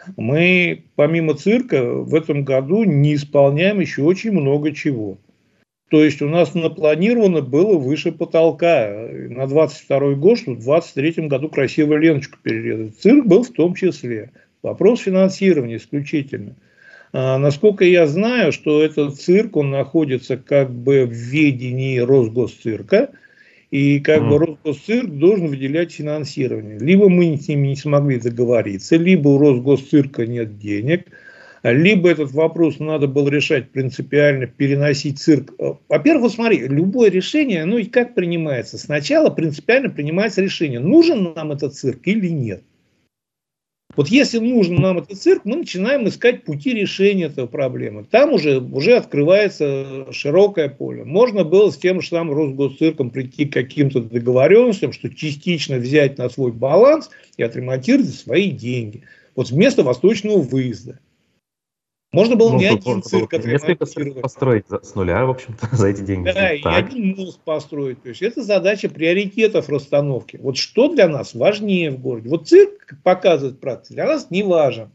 Мы, помимо цирка, в этом году не исполняем еще очень много чего. То есть у нас напланировано было выше потолка на двадцать второй год, что в двадцать третьем году красивую ленточку перерезать. Цирк был в том числе. Вопрос финансирования исключительно. А, насколько я знаю, что этот цирк, он находится как бы в ведении Росгосцирка, и как mm. бы Росгосцирк должен выделять финансирование. Либо мы с ними не смогли договориться, либо у Росгосцирка нет денег, либо этот вопрос надо было решать принципиально, переносить цирк. Во-первых, смотри, любое решение, ну и как принимается? Сначала принципиально принимается решение, нужен нам этот цирк или нет. Вот если нужен нам этот цирк, мы начинаем искать пути решения этой проблемы. Там уже, уже открывается широкое поле. Можно было с тем же самым Росгосцирком прийти к каким-то договоренностям, что частично взять на свой баланс и отремонтировать за свои деньги. Вот вместо восточного выезда. Можно было ну, не один цирк отремонтировать. Построить с нуля, в общем-то, за эти деньги. Да, и так. один мост построить. То есть это задача приоритетов расстановки. Вот что для нас важнее в городе? Вот цирк, как показывает практика, для нас не важен.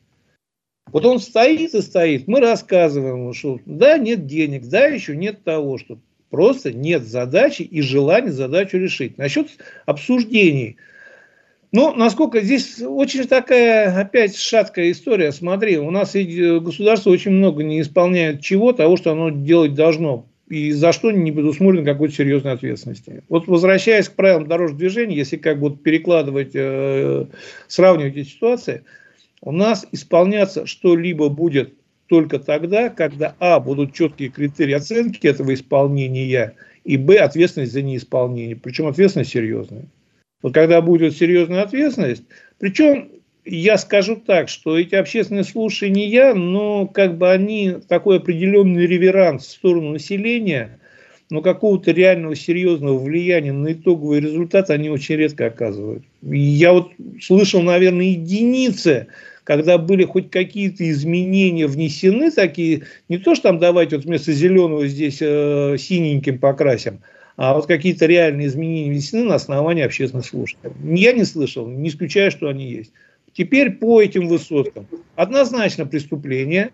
Вот он стоит и стоит. Мы рассказываем, что да, нет денег, да, еще нет того, что просто нет задачи и желания задачу решить. Насчет обсуждений. Ну, насколько здесь очень такая, опять, шаткая история. Смотри, у нас государство очень много не исполняет чего, того, что оно делать должно. И за что не предусмотрено какой-то серьезной ответственности. Вот возвращаясь к правилам дорожного движения, если как бы перекладывать, э, сравнивать эти ситуации, у нас исполняться что-либо будет только тогда, когда, а, будут четкие критерии оценки этого исполнения, и, б, ответственность за неисполнение. Причем ответственность серьезная. Вот когда будет серьезная ответственность, причем я скажу так, что эти общественные слушания, но как бы они такой определенный реверанс в сторону населения, но какого-то реального серьезного влияния на итоговый результат они очень редко оказывают. И я вот слышал, наверное, единицы, когда были хоть какие-то изменения внесены, такие, не то что там давайте вот вместо зеленого здесь э, синеньким покрасим, а вот какие-то реальные изменения внесены на основании общественных слушаний. Я не слышал, не исключаю, что они есть. Теперь по этим высоткам. Однозначно преступление.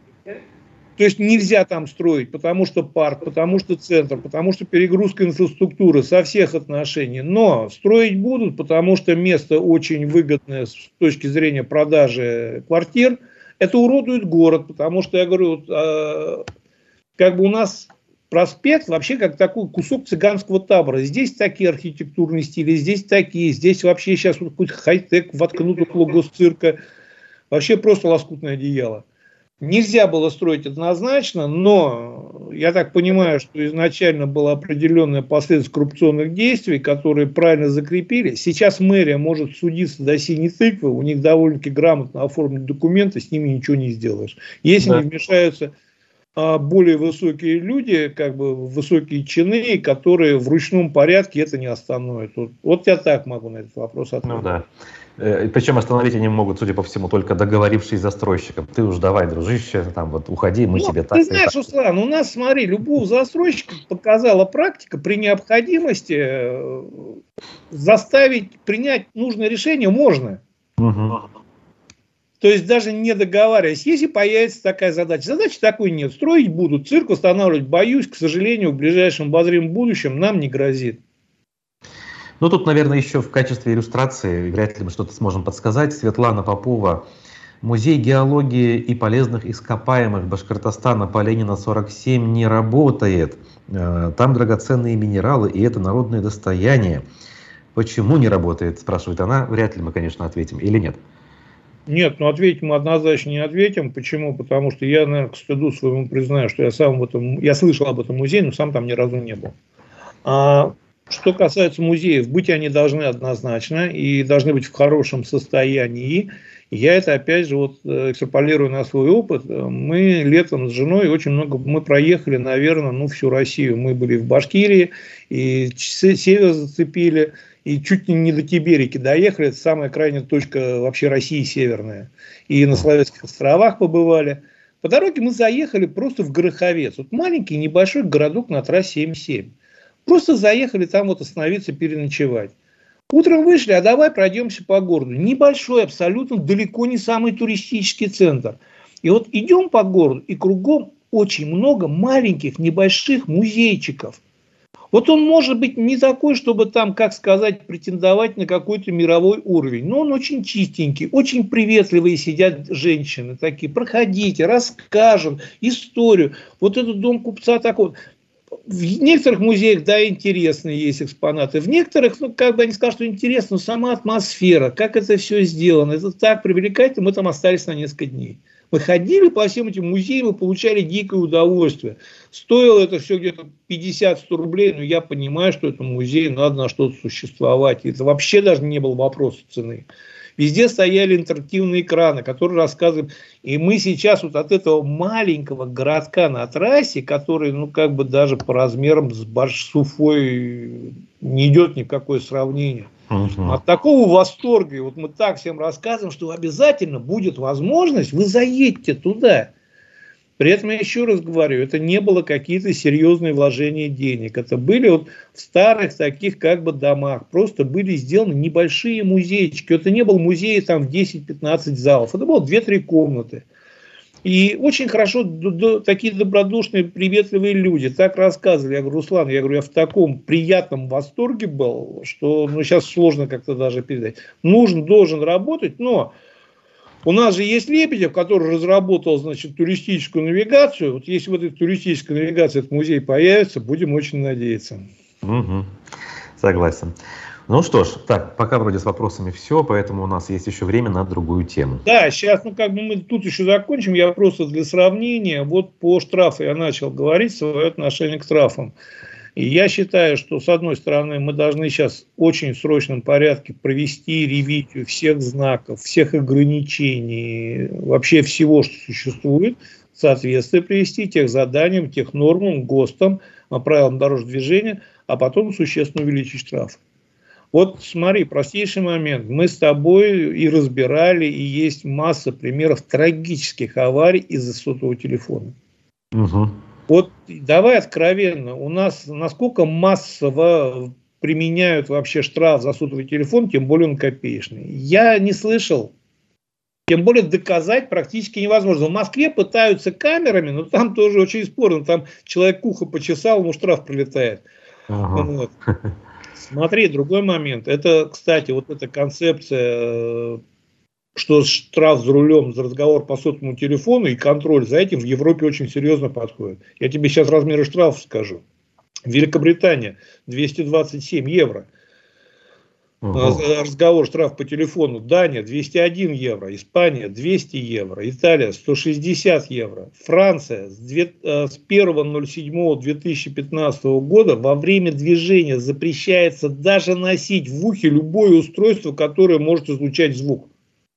То есть нельзя там строить, потому что парк, потому что центр, потому что перегрузка инфраструктуры со всех отношений. Но строить будут, потому что место очень выгодное с точки зрения продажи квартир. Это уродует город, потому что, я говорю, как бы у нас... Проспект вообще как такой кусок цыганского табора. Здесь такие архитектурные стили, здесь такие. Здесь вообще сейчас вот какой-то хай-тек воткнут около госцирка. Вообще просто лоскутное одеяло. Нельзя было строить однозначно, но я так понимаю, что изначально была определенная последовательность коррупционных действий, которые правильно закрепили. Сейчас мэрия может судиться до синей тыквы, у них довольно-таки грамотно оформлены документы, с ними ничего не сделаешь. Если да. не вмешаются более высокие люди, как бы высокие чины, которые в ручном порядке это не остановят. Вот, вот я так могу на этот вопрос ответить. Ну да. Причем остановить они могут, судя по всему, только договорившись с застройщиком. Ты уж давай, дружище, там вот уходи, мы ну, тебе так. Ты знаешь, так. Руслан, у нас, смотри, любого застройщика показала практика при необходимости заставить принять нужное решение можно. Угу. То есть даже не договариваясь, если появится такая задача. Задачи такой нет. Строить будут, цирк устанавливать, боюсь, к сожалению, в ближайшем обозримом будущем нам не грозит. Ну тут, наверное, еще в качестве иллюстрации, вряд ли мы что-то сможем подсказать. Светлана Попова Музей геологии и полезных ископаемых Башкортостана по Ленина сорок семь не работает. Там драгоценные минералы, и это народное достояние. Почему не работает, спрашивает она. Вряд ли мы, конечно, ответим. Или нет? Нет, ну ответить мы однозначно не ответим. Почему? Потому что я, наверное, к стыду своему признаю, что я сам в этом, я слышал об этом музее, но сам там ни разу не был. А что касается музеев, быть они должны однозначно и должны быть в хорошем состоянии. Я это, опять же, вот экстраполирую на свой опыт. Мы летом с женой очень много, мы проехали, наверное, ну, всю Россию. Мы были в Башкирии, и север зацепили, и чуть не до Тиберики доехали. Это самая крайняя точка вообще России северная. И на Славянских островах побывали. По дороге мы заехали просто в Гороховец. Вот маленький небольшой городок на трассе М семь. Просто заехали там вот остановиться, переночевать. Утром вышли, а давай пройдемся по городу. Небольшой, абсолютно далеко не самый туристический центр. И вот идем по городу, и кругом очень много маленьких, небольших музейчиков. Вот он может быть не такой, чтобы там, как сказать, претендовать на какой-то мировой уровень. Но он очень чистенький, очень приветливые сидят женщины такие. Проходите, расскажем историю. Вот этот дом купца такой. В некоторых музеях, да, интересные есть экспонаты. В некоторых, ну, как бы они скажут, что интересно, но сама атмосфера, как это все сделано, это так привлекательно, мы там остались на несколько дней. Мы ходили по всем этим музеям и получали дикое удовольствие. Стоило это все где-то пятьдесят-сто рублей, но я понимаю, что это музей, надо на что-то существовать. И это вообще даже не был вопрос цены. Везде стояли интерактивные экраны, которые рассказывают. И мы сейчас вот от этого маленького городка на трассе, который, ну, как бы даже по размерам с Баш-Суфой не идет ни в какое сравнение. Uh-huh. От такого восторга, и вот мы так всем рассказываем, что обязательно будет возможность, вы заедьте туда. При этом я еще раз говорю, это не было какие-то серьезные вложения денег. Это были вот в старых таких как бы домах. Просто были сделаны небольшие музейчики. Это не был музей там в десять-пятнадцать залов. Это было две-три комнаты. И очень хорошо до, до, такие добродушные, приветливые люди так рассказывали. Я говорю, Руслан, я говорю, я в таком приятном восторге был, что ну, сейчас сложно как-то даже передать. Нужен, должен работать, но... У нас же есть Лебедев, который разработал, значит, туристическую навигацию. Вот если в этой туристической навигации этот музей появится, будем очень надеяться. Угу. Согласен. Ну что ж, так, пока вроде с вопросами все, поэтому у нас есть еще время на другую тему. Да, сейчас, ну как бы мы тут еще закончим. Я просто для сравнения, вот по штрафу я начал говорить свое отношение к штрафам. И я считаю, что, с одной стороны, мы должны сейчас в очень срочном порядке провести ревизию всех знаков, всех ограничений, вообще всего, что существует, соответствие привести тех заданиям, тех нормам, ГОСТам, правилам дорожного движения, а потом существенно увеличить штраф. Вот смотри, простейший момент. Мы с тобой и разбирали, и есть масса примеров трагических аварий из-за сотового телефона. Угу. Вот давай откровенно, у нас насколько массово применяют вообще штраф за сотовый телефон, тем более он копеечный. Я не слышал, тем более доказать практически невозможно. В Москве пытаются камерами, но там тоже очень спорно. Там человек ухо почесал, ему штраф прилетает. Ага. Вот. Смотри, другой момент. Это, кстати, вот эта концепция... что штраф за рулем за разговор по сотовому телефону и контроль за этим в Европе очень серьезно подходит. Я тебе сейчас размеры штрафов скажу. Великобритания двести двадцать семь евро. Угу. Разговор, штраф по телефону. Дания двести один евро. Испания двести евро. Италия сто шестьдесят евро. Франция с первого ноль седьмого две тысячи пятнадцатого года во время движения запрещается даже носить в ухе любое устройство, которое может излучать звук.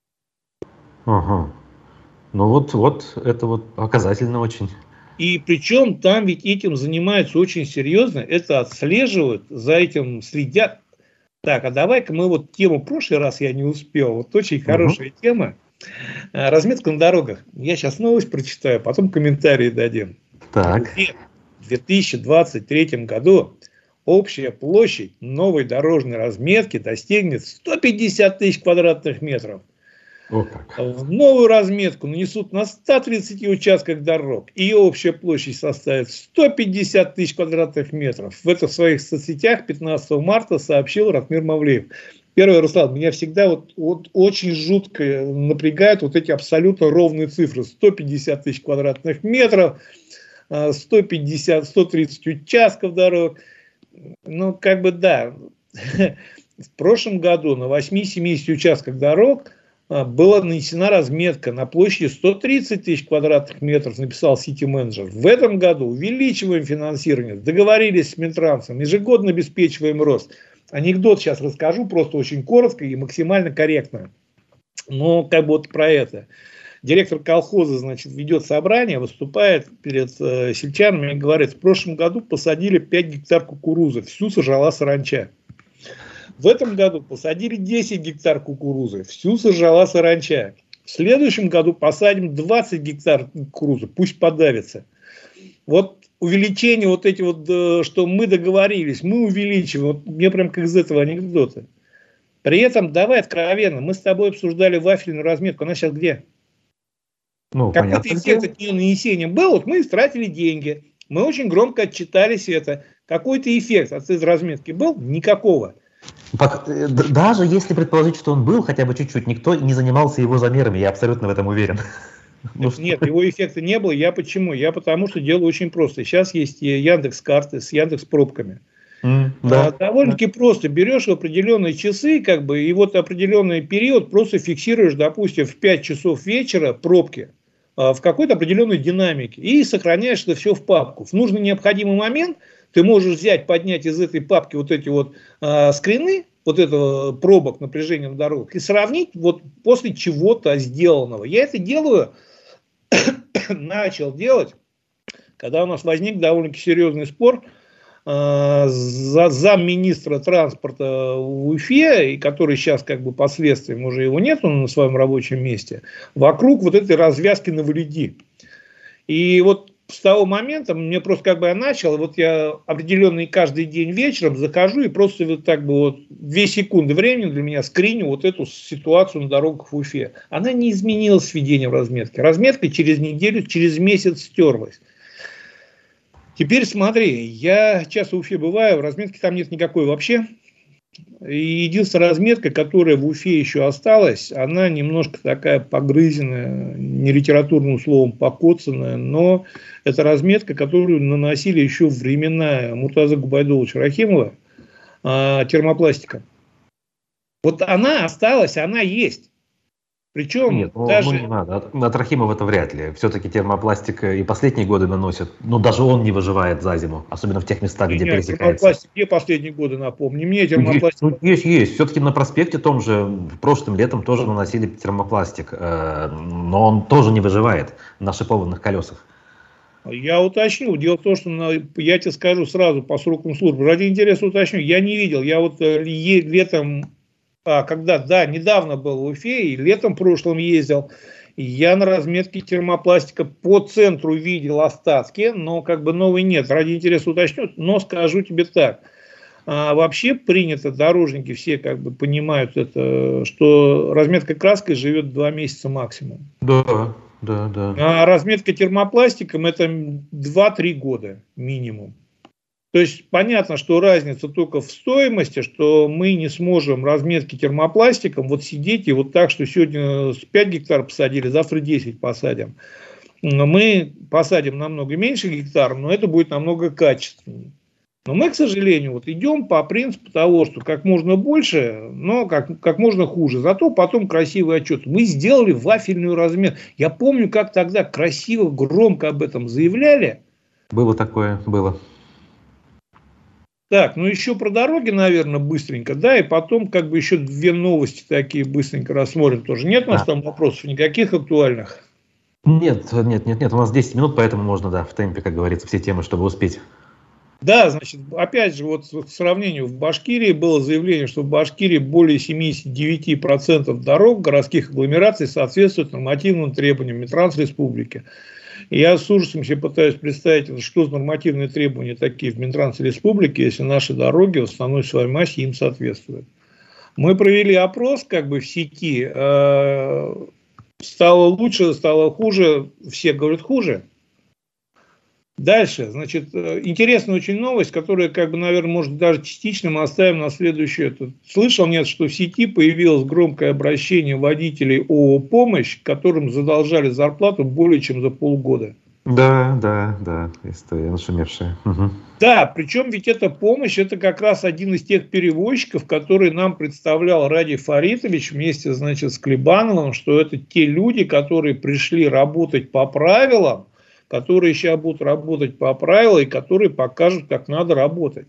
Ага. Ну вот, вот это вот показательно очень. И причем там ведь этим занимаются очень серьезно, это отслеживают, за этим следят. Так, а давай-ка мы вот тему в прошлый раз я не успел, вот очень хорошая угу. тема. Разметка на дорогах. Я сейчас новость прочитаю, потом комментарии дадим. Так. В две тысячи двадцать третьем году общая площадь новой дорожной разметки достигнет сто пятьдесят тысяч квадратных метров. О, как. В новую разметку нанесут на ста тридцати участках дорог. Ее общая площадь составит сто пятьдесят тысяч квадратных метров. В это в своих соцсетях пятнадцатого марта сообщил Ратмир Мавлеев. Первое, Руслан, меня всегда вот, вот очень жутко напрягают вот эти абсолютно ровные цифры. сто пятьдесят тысяч квадратных метров, сто пятьдесят - сто тридцать участков дорог. Ну, как бы да. В прошлом году на восьми-семидесяти участках дорог была нанесена разметка на площади сто тридцать тысяч квадратных метров, написал сити-менеджер. В этом году увеличиваем финансирование, договорились с Минтрансом, ежегодно обеспечиваем рост. Анекдот сейчас расскажу, просто очень коротко и максимально корректно. Но как бы вот про это. Директор колхоза, значит, ведет собрание, выступает перед э, сельчанами и говорит: в прошлом году посадили пять гектар кукурузы, всю сожрала саранча. В этом году посадили десять гектар кукурузы, всю сожрала саранча. В следующем году посадим двадцать гектар кукурузы, пусть подавится. Вот увеличение вот эти вот, что мы договорились, мы увеличиваем. Вот мне прям как из этого анекдота. При этом, давай откровенно, мы с тобой обсуждали вафельную разметку, она сейчас где? Ну, какой-то эффект от нее нанесения был, вот мы истратили деньги, мы очень громко отчитались это. Какой-то эффект от этой разметки был? Никакого. Даже если предположить, что он был хотя бы чуть-чуть, никто не занимался его замерами, я абсолютно в этом уверен. Ну, нет, его эффекта не было. Я почему? Я потому что делаю очень просто. Сейчас есть Яндекс.Карты с Яндекс.Пробками. Mm, да, довольно-таки да. Просто. Берешь в определенные часы, как бы, и вот определенный период просто фиксируешь, допустим, в пять часов вечера пробки в какой-то определенной динамике и сохраняешь это все в папку. В нужный необходимый момент ты можешь взять, поднять из этой папки вот эти вот э, скрины, вот этого пробок напряжения на дорогах и сравнить вот после чего-то сделанного. Я это делаю, начал делать, когда у нас возник довольно-таки серьезный спор э, за замминистра транспорта в Уфе, и который сейчас как бы последствием уже его нет, он на своем рабочем месте, вокруг вот этой развязки на Валиди. И вот с того момента мне просто как бы я начал, вот я определенный каждый день вечером захожу и просто вот так бы вот две секунды времени для меня скриню вот эту ситуацию на дорогах в Уфе. Она не изменилась с введением разметки. Разметка через неделю, через месяц стерлась. Теперь смотри, я часто в Уфе бываю, разметки там нет никакой вообще. И единственная разметка, которая в Уфе еще осталась, она немножко такая погрызенная, не литературным словом покоцанная, но это разметка, которую наносили еще в времена Муртазы Губайдуловича Рахимова, термопластика. Вот она осталась, она есть. Причем Нет, ну, даже... ну не надо. От, от Рахимова это вряд ли. Все-таки термопластик и последние годы наносят. Но даже он не выживает за зиму. Особенно в тех местах, где пересекается. Термопластик где последние годы, напомни мне, термопластик. Есть, есть, есть. Все-таки на проспекте том же, прошлым летом тоже наносили термопластик. Но он тоже не выживает на шипованных колесах. Я уточню. Дело в том, что на, я тебе скажу сразу по срокам службы. Ради интереса уточню. Я не видел. Я вот летом... А, когда, да, недавно был в Уфе и летом прошлым ездил, я на разметке термопластика по центру видел остатки, но как бы новый нет. Ради интереса уточню, но скажу тебе так. А, вообще принято, дорожники все как бы понимают это, что разметка краской живет два месяца максимум. Да, да, да. А разметка термопластиком это два-три года минимум. То есть понятно, что разница только в стоимости, что мы не сможем разметки термопластиком вот сидеть и вот так, что сегодня с пять гектар посадили, завтра десять посадим. Но мы посадим намного меньше гектар, но это будет намного качественнее. Но мы, к сожалению, вот идем по принципу того, что как можно больше, но как, как можно хуже. Зато потом красивый отчет. Мы сделали вафельную разметку. Я помню, как тогда красиво, громко об этом заявляли. Было такое, было. Так, ну еще про дороги, наверное, быстренько, да, и потом как бы еще две новости такие быстренько рассмотрим тоже. Нет у нас да. там вопросов никаких актуальных? Нет, нет, нет, нет, у нас десять минут, поэтому можно, да, в темпе, как говорится, все темы, чтобы успеть. Да, значит, опять же, вот к сравнению, в Башкирии было заявление, что в Башкирии более семьдесят девять процентов дорог городских агломераций соответствуют нормативным требованиям Минтранс Республики. Я с ужасом себе пытаюсь представить, что за нормативные требования такие в Минтрансе Республики, если наши дороги в основной своей массе им соответствуют. Мы провели опрос как бы в сети. Стало лучше, стало хуже. Все говорят хуже. Дальше, значит, интересная очень новость, которая, как бы, наверное, может, даже частично мы оставим на следующее. Слышал, нет, что в сети появилось громкое обращение водителей ООО «Помощь», которым задолжали зарплату более чем за полгода. Да, да, да, история нашумевшая. Угу. Да, причем ведь эта помощь, это как раз один из тех перевозчиков, который нам представлял Радий Фаритович вместе, значит, с Клебановым, что это те люди, которые пришли работать по правилам, которые сейчас будут работать по правилам и которые покажут, как надо работать.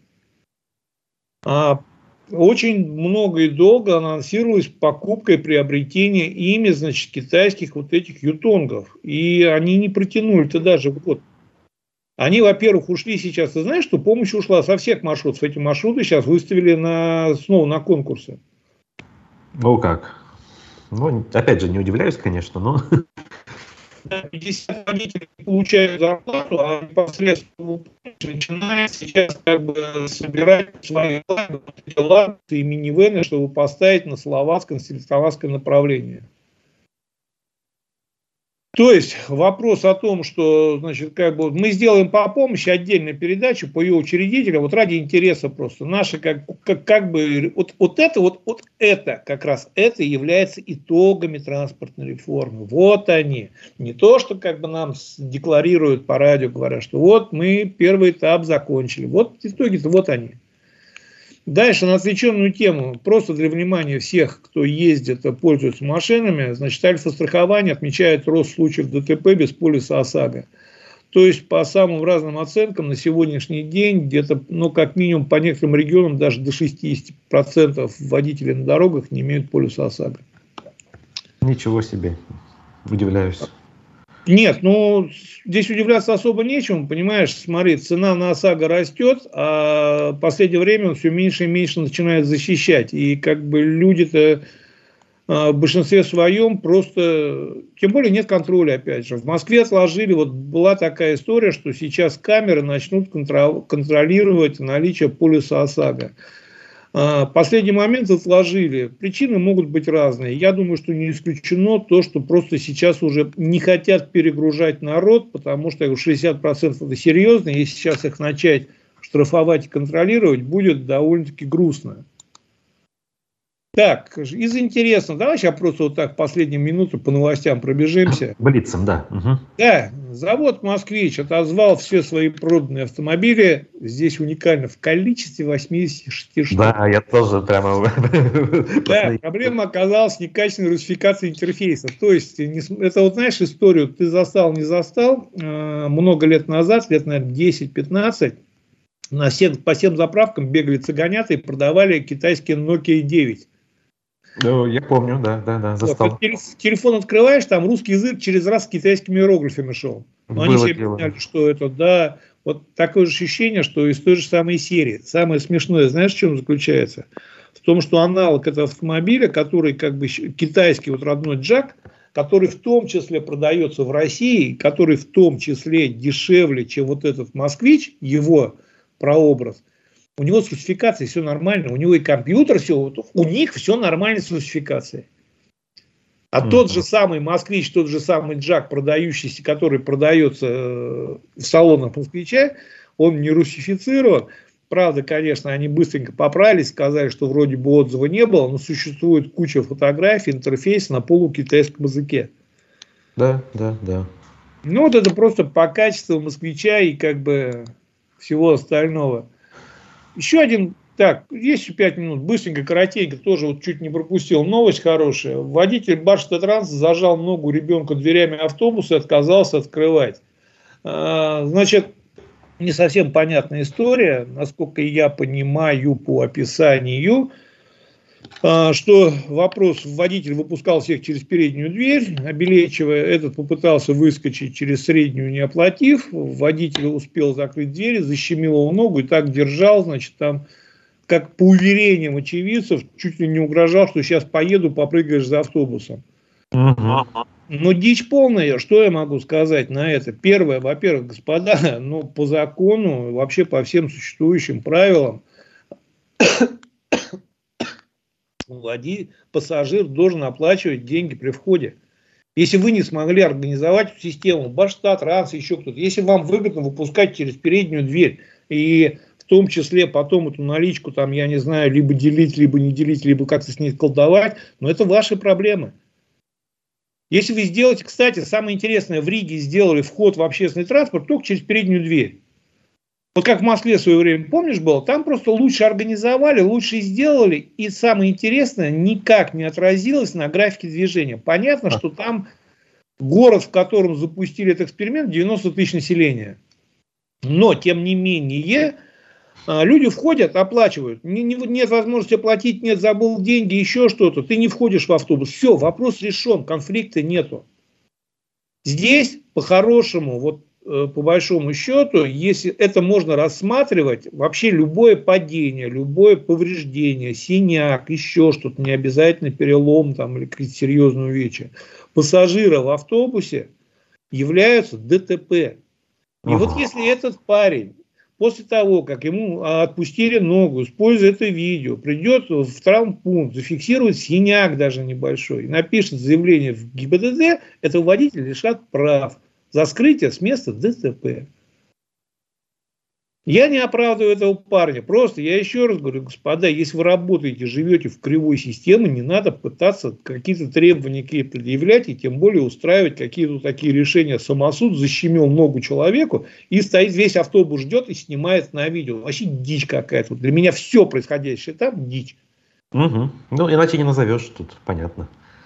А очень много и долго анонсировалась покупка и приобретение ими, значит, китайских вот этих ютонгов. И они не протянули-то даже год. Они, во-первых, ушли сейчас. Ты знаешь, что помощь ушла со всех маршрутов. Эти маршруты сейчас выставили на, снова на конкурсы. Ну как? Ну, опять же, не удивляюсь, конечно, но... пятьдесят водителей получают зарплату, а непосредственно начинает сейчас как бы собирать свои лаги и минивены, чтобы поставить на Словацкое, на Словацкое направление. То есть вопрос о том, что, значит, как бы мы сделаем по помощи отдельную передачу по ее учредителям, вот ради интереса просто. Наши как, как, как бы вот, вот это вот, вот это как раз это является итогами транспортной реформы. Вот они. Не то, что как бы нам декларируют по радио, говорят, что вот мы первый этап закончили. Вот итоги-то вот они. Дальше на отвлеченную тему, просто для внимания всех, кто ездит, пользуется машинами, значит, Альфа-страхование отмечает рост случаев ДТП без полиса ОСАГО. То есть, по самым разным оценкам, на сегодняшний день, где-то, ну, как минимум, по некоторым регионам, даже до шестьдесят процентов водителей на дорогах не имеют полиса ОСАГО. Ничего себе, удивляюсь. Нет, ну, здесь удивляться особо нечему, понимаешь, смотри, цена на ОСАГО растет, а в последнее время он все меньше и меньше начинает защищать, и как бы люди-то в большинстве своем просто, тем более нет контроля, опять же. В Москве отложили, вот была такая история, что сейчас камеры начнут контролировать наличие полиса ОСАГО. Последний момент отложили. Причины могут быть разные. Я думаю, что не исключено то, что просто сейчас уже не хотят перегружать народ, потому что шестьдесят процентов это серьезно. Если сейчас их начать штрафовать и контролировать, будет довольно-таки грустно. Так, из интересного, давай сейчас просто вот так последнюю минуту по новостям пробежимся. Блицем, да. Угу. Да, завод «Москвич» отозвал все свои проданные автомобили, здесь уникально, в количестве восьмидесяти шести штук. Да, я тоже прямо... Да, проблема оказалась в некачественной русификации интерфейса. То есть, это вот знаешь историю, ты застал, не застал, много лет назад, лет, наверное, десять-пятнадцать, на всем, по всем заправкам бегали цыганята и продавали китайские Nokia девять. Ну, я помню, да, да, да, застал. Вот, телефон открываешь, там русский язык через раз с китайскими иероглифами шел. Но они все поняли, что это, да, вот такое же ощущение, что из той же самой серии. Самое смешное, знаешь, в чем заключается? В том, что аналог этого автомобиля, который как бы китайский вот родной джак, который в том числе продается в России, который в том числе дешевле, чем вот этот «Москвич», его прообраз, у него с русификацией все нормально, у него и компьютер, все, у них все нормально с русификацией. А mm-hmm. тот же самый «Москвич», тот же самый джак, продающийся, который продается в салонах «Москвича», он не русифицирован. Правда, конечно, они быстренько поправились, сказали, что вроде бы отзыва не было, но существует куча фотографий, интерфейс на полукитайском языке. Да, да, да. Ну, вот это просто по качеству «Москвича» и как бы всего остального. Еще один, так, есть пять минут, быстренько, коротенько, тоже вот чуть не пропустил. Новость хорошая. Водитель Башавтотранс зажал ногу ребенка дверями автобуса и отказался открывать. А, значит, не совсем понятная история, насколько я понимаю по описанию, а, что вопрос, водитель выпускал всех через переднюю дверь, обелечивая, этот попытался выскочить через среднюю, не оплатив, водитель успел закрыть дверь, защемил его ногу и так держал, значит, там, как по уверениям очевидцев, чуть ли не угрожал, что сейчас поеду, попрыгаешь за автобусом. Угу. Но дичь полная, что я могу сказать на это? Первое, во-первых, господа, ну, по закону, вообще по всем существующим правилам, Водитель, пассажир должен оплачивать деньги при входе. Если вы не смогли организовать систему, Башстат, РАНС, еще кто-то, если вам выгодно выпускать через переднюю дверь, и в том числе потом эту наличку, там, я не знаю, либо делить, либо не делить, либо как-то с ней колдовать, но это ваши проблемы. Если вы сделаете, кстати, самое интересное, в Риге сделали вход в общественный транспорт только через переднюю дверь. Вот как в Москве в свое время, помнишь, было? Там просто лучше организовали, лучше сделали. И самое интересное, никак не отразилось на графике движения. Понятно, что там город, в котором запустили этот эксперимент, девяносто тысяч населения. Но, тем не менее, люди входят, оплачивают. Нет возможности оплатить, нет, забыл деньги, еще что-то. Ты не входишь в автобус. Все, вопрос решен, конфликта нету. Здесь, по-хорошему, вот по большому счету, если это можно рассматривать, вообще любое падение, любое повреждение, синяк, еще что-то, не обязательно перелом там, или какие-то серьезные увечья, пассажира в автобусе являются ДТП. И ага. вот если этот парень после того, как ему отпустили ногу, используя это видео, придет в травмпункт, зафиксирует синяк даже небольшой, напишет заявление в ГИБДД, этого водителя лишат прав за скрытие с места ДТП. Я не оправдываю этого парня. Просто я еще раз говорю, господа, если вы работаете, живете в кривой системе, не надо пытаться какие-то требования к ней предъявлять и тем более устраивать какие-то такие решения. Самосуд защемил ногу человеку и стоит весь автобус ждет и снимает на видео. Вообще дичь какая-то. Для меня все происходящее там дичь. Угу. Ну, иначе не назовешь, тут понятно.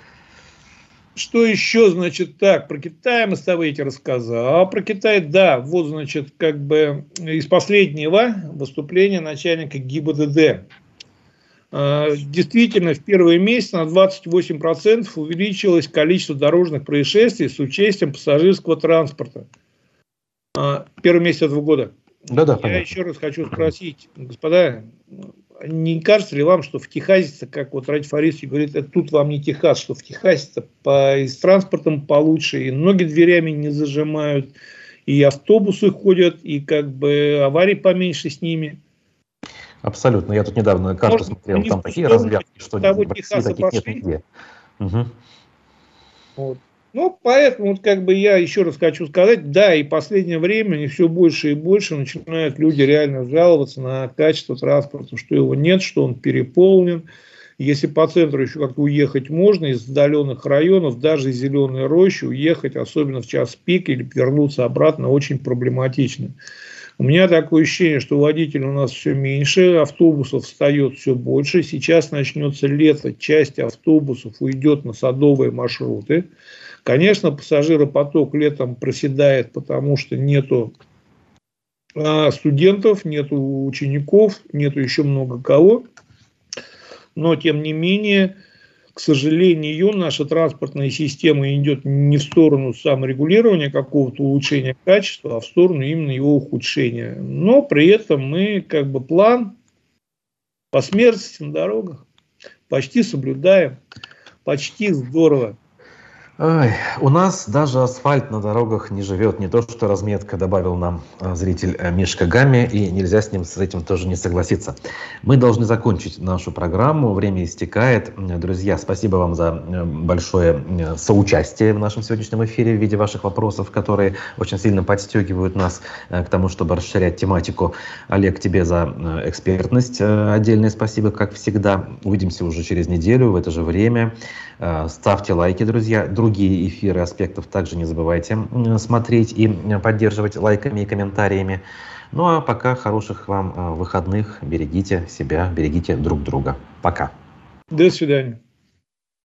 Что еще, значит, так, про Китай мы с тобой эти рассказал. А про Китай, да, вот, значит, как бы из последнего выступления начальника ГИБДД. Действительно, в первые месяцы на двадцать восемь процентов увеличилось количество дорожных происшествий с участием пассажирского транспорта. Первый месяц этого года. Да, да, Я понятно. еще раз хочу спросить, господа, не кажется ли вам, что в Техасе, как вот Радик Фарисович говорит, это тут вам не Техас, что в Техасе по, и с транспортом получше, и ноги дверями не зажимают, и автобусы ходят, и как бы аварий поменьше с ними? Абсолютно. Я тут недавно карту Может, смотрел, там такие развязки, что того в России Техаса таких нет пошли? нигде. Угу. Вот. Ну, поэтому, вот как бы я еще раз хочу сказать, да, и в последнее время все больше и больше начинают люди реально жаловаться на качество транспорта, что его нет, что он переполнен. Если по центру еще как-то уехать можно, из отдаленных районов, даже из Зеленой Рощи уехать, особенно в час пик или вернуться обратно, очень проблематично. У меня такое ощущение, что водителей у нас все меньше, автобусов встает все больше. Сейчас начнется лето, часть автобусов уйдет на садовые маршруты. Конечно, пассажиропоток летом проседает, потому что нету студентов, нету учеников, нету еще много кого. Но, тем не менее, к сожалению, наша транспортная система идет не в сторону саморегулирования, какого-то улучшения качества, а в сторону именно его ухудшения. Но при этом мы как бы план по смертности на дорогах почти соблюдаем, почти здорово. Ой, у нас даже асфальт на дорогах не живет, не то что разметка, добавил нам зритель Мишка Гамми, и нельзя с ним с этим тоже не согласиться. Мы должны закончить нашу программу, время истекает. Друзья, спасибо вам за большое соучастие в нашем сегодняшнем эфире в виде ваших вопросов, которые очень сильно подстегивают нас к тому, чтобы расширять тематику. Олег, тебе за экспертность отдельное спасибо, как всегда. Увидимся уже через неделю в это же время. Ставьте лайки, друзья. Другие эфиры аспектов также не забывайте смотреть и поддерживать лайками и комментариями. Ну а пока хороших вам выходных. Берегите себя, берегите друг друга. Пока. До свидания.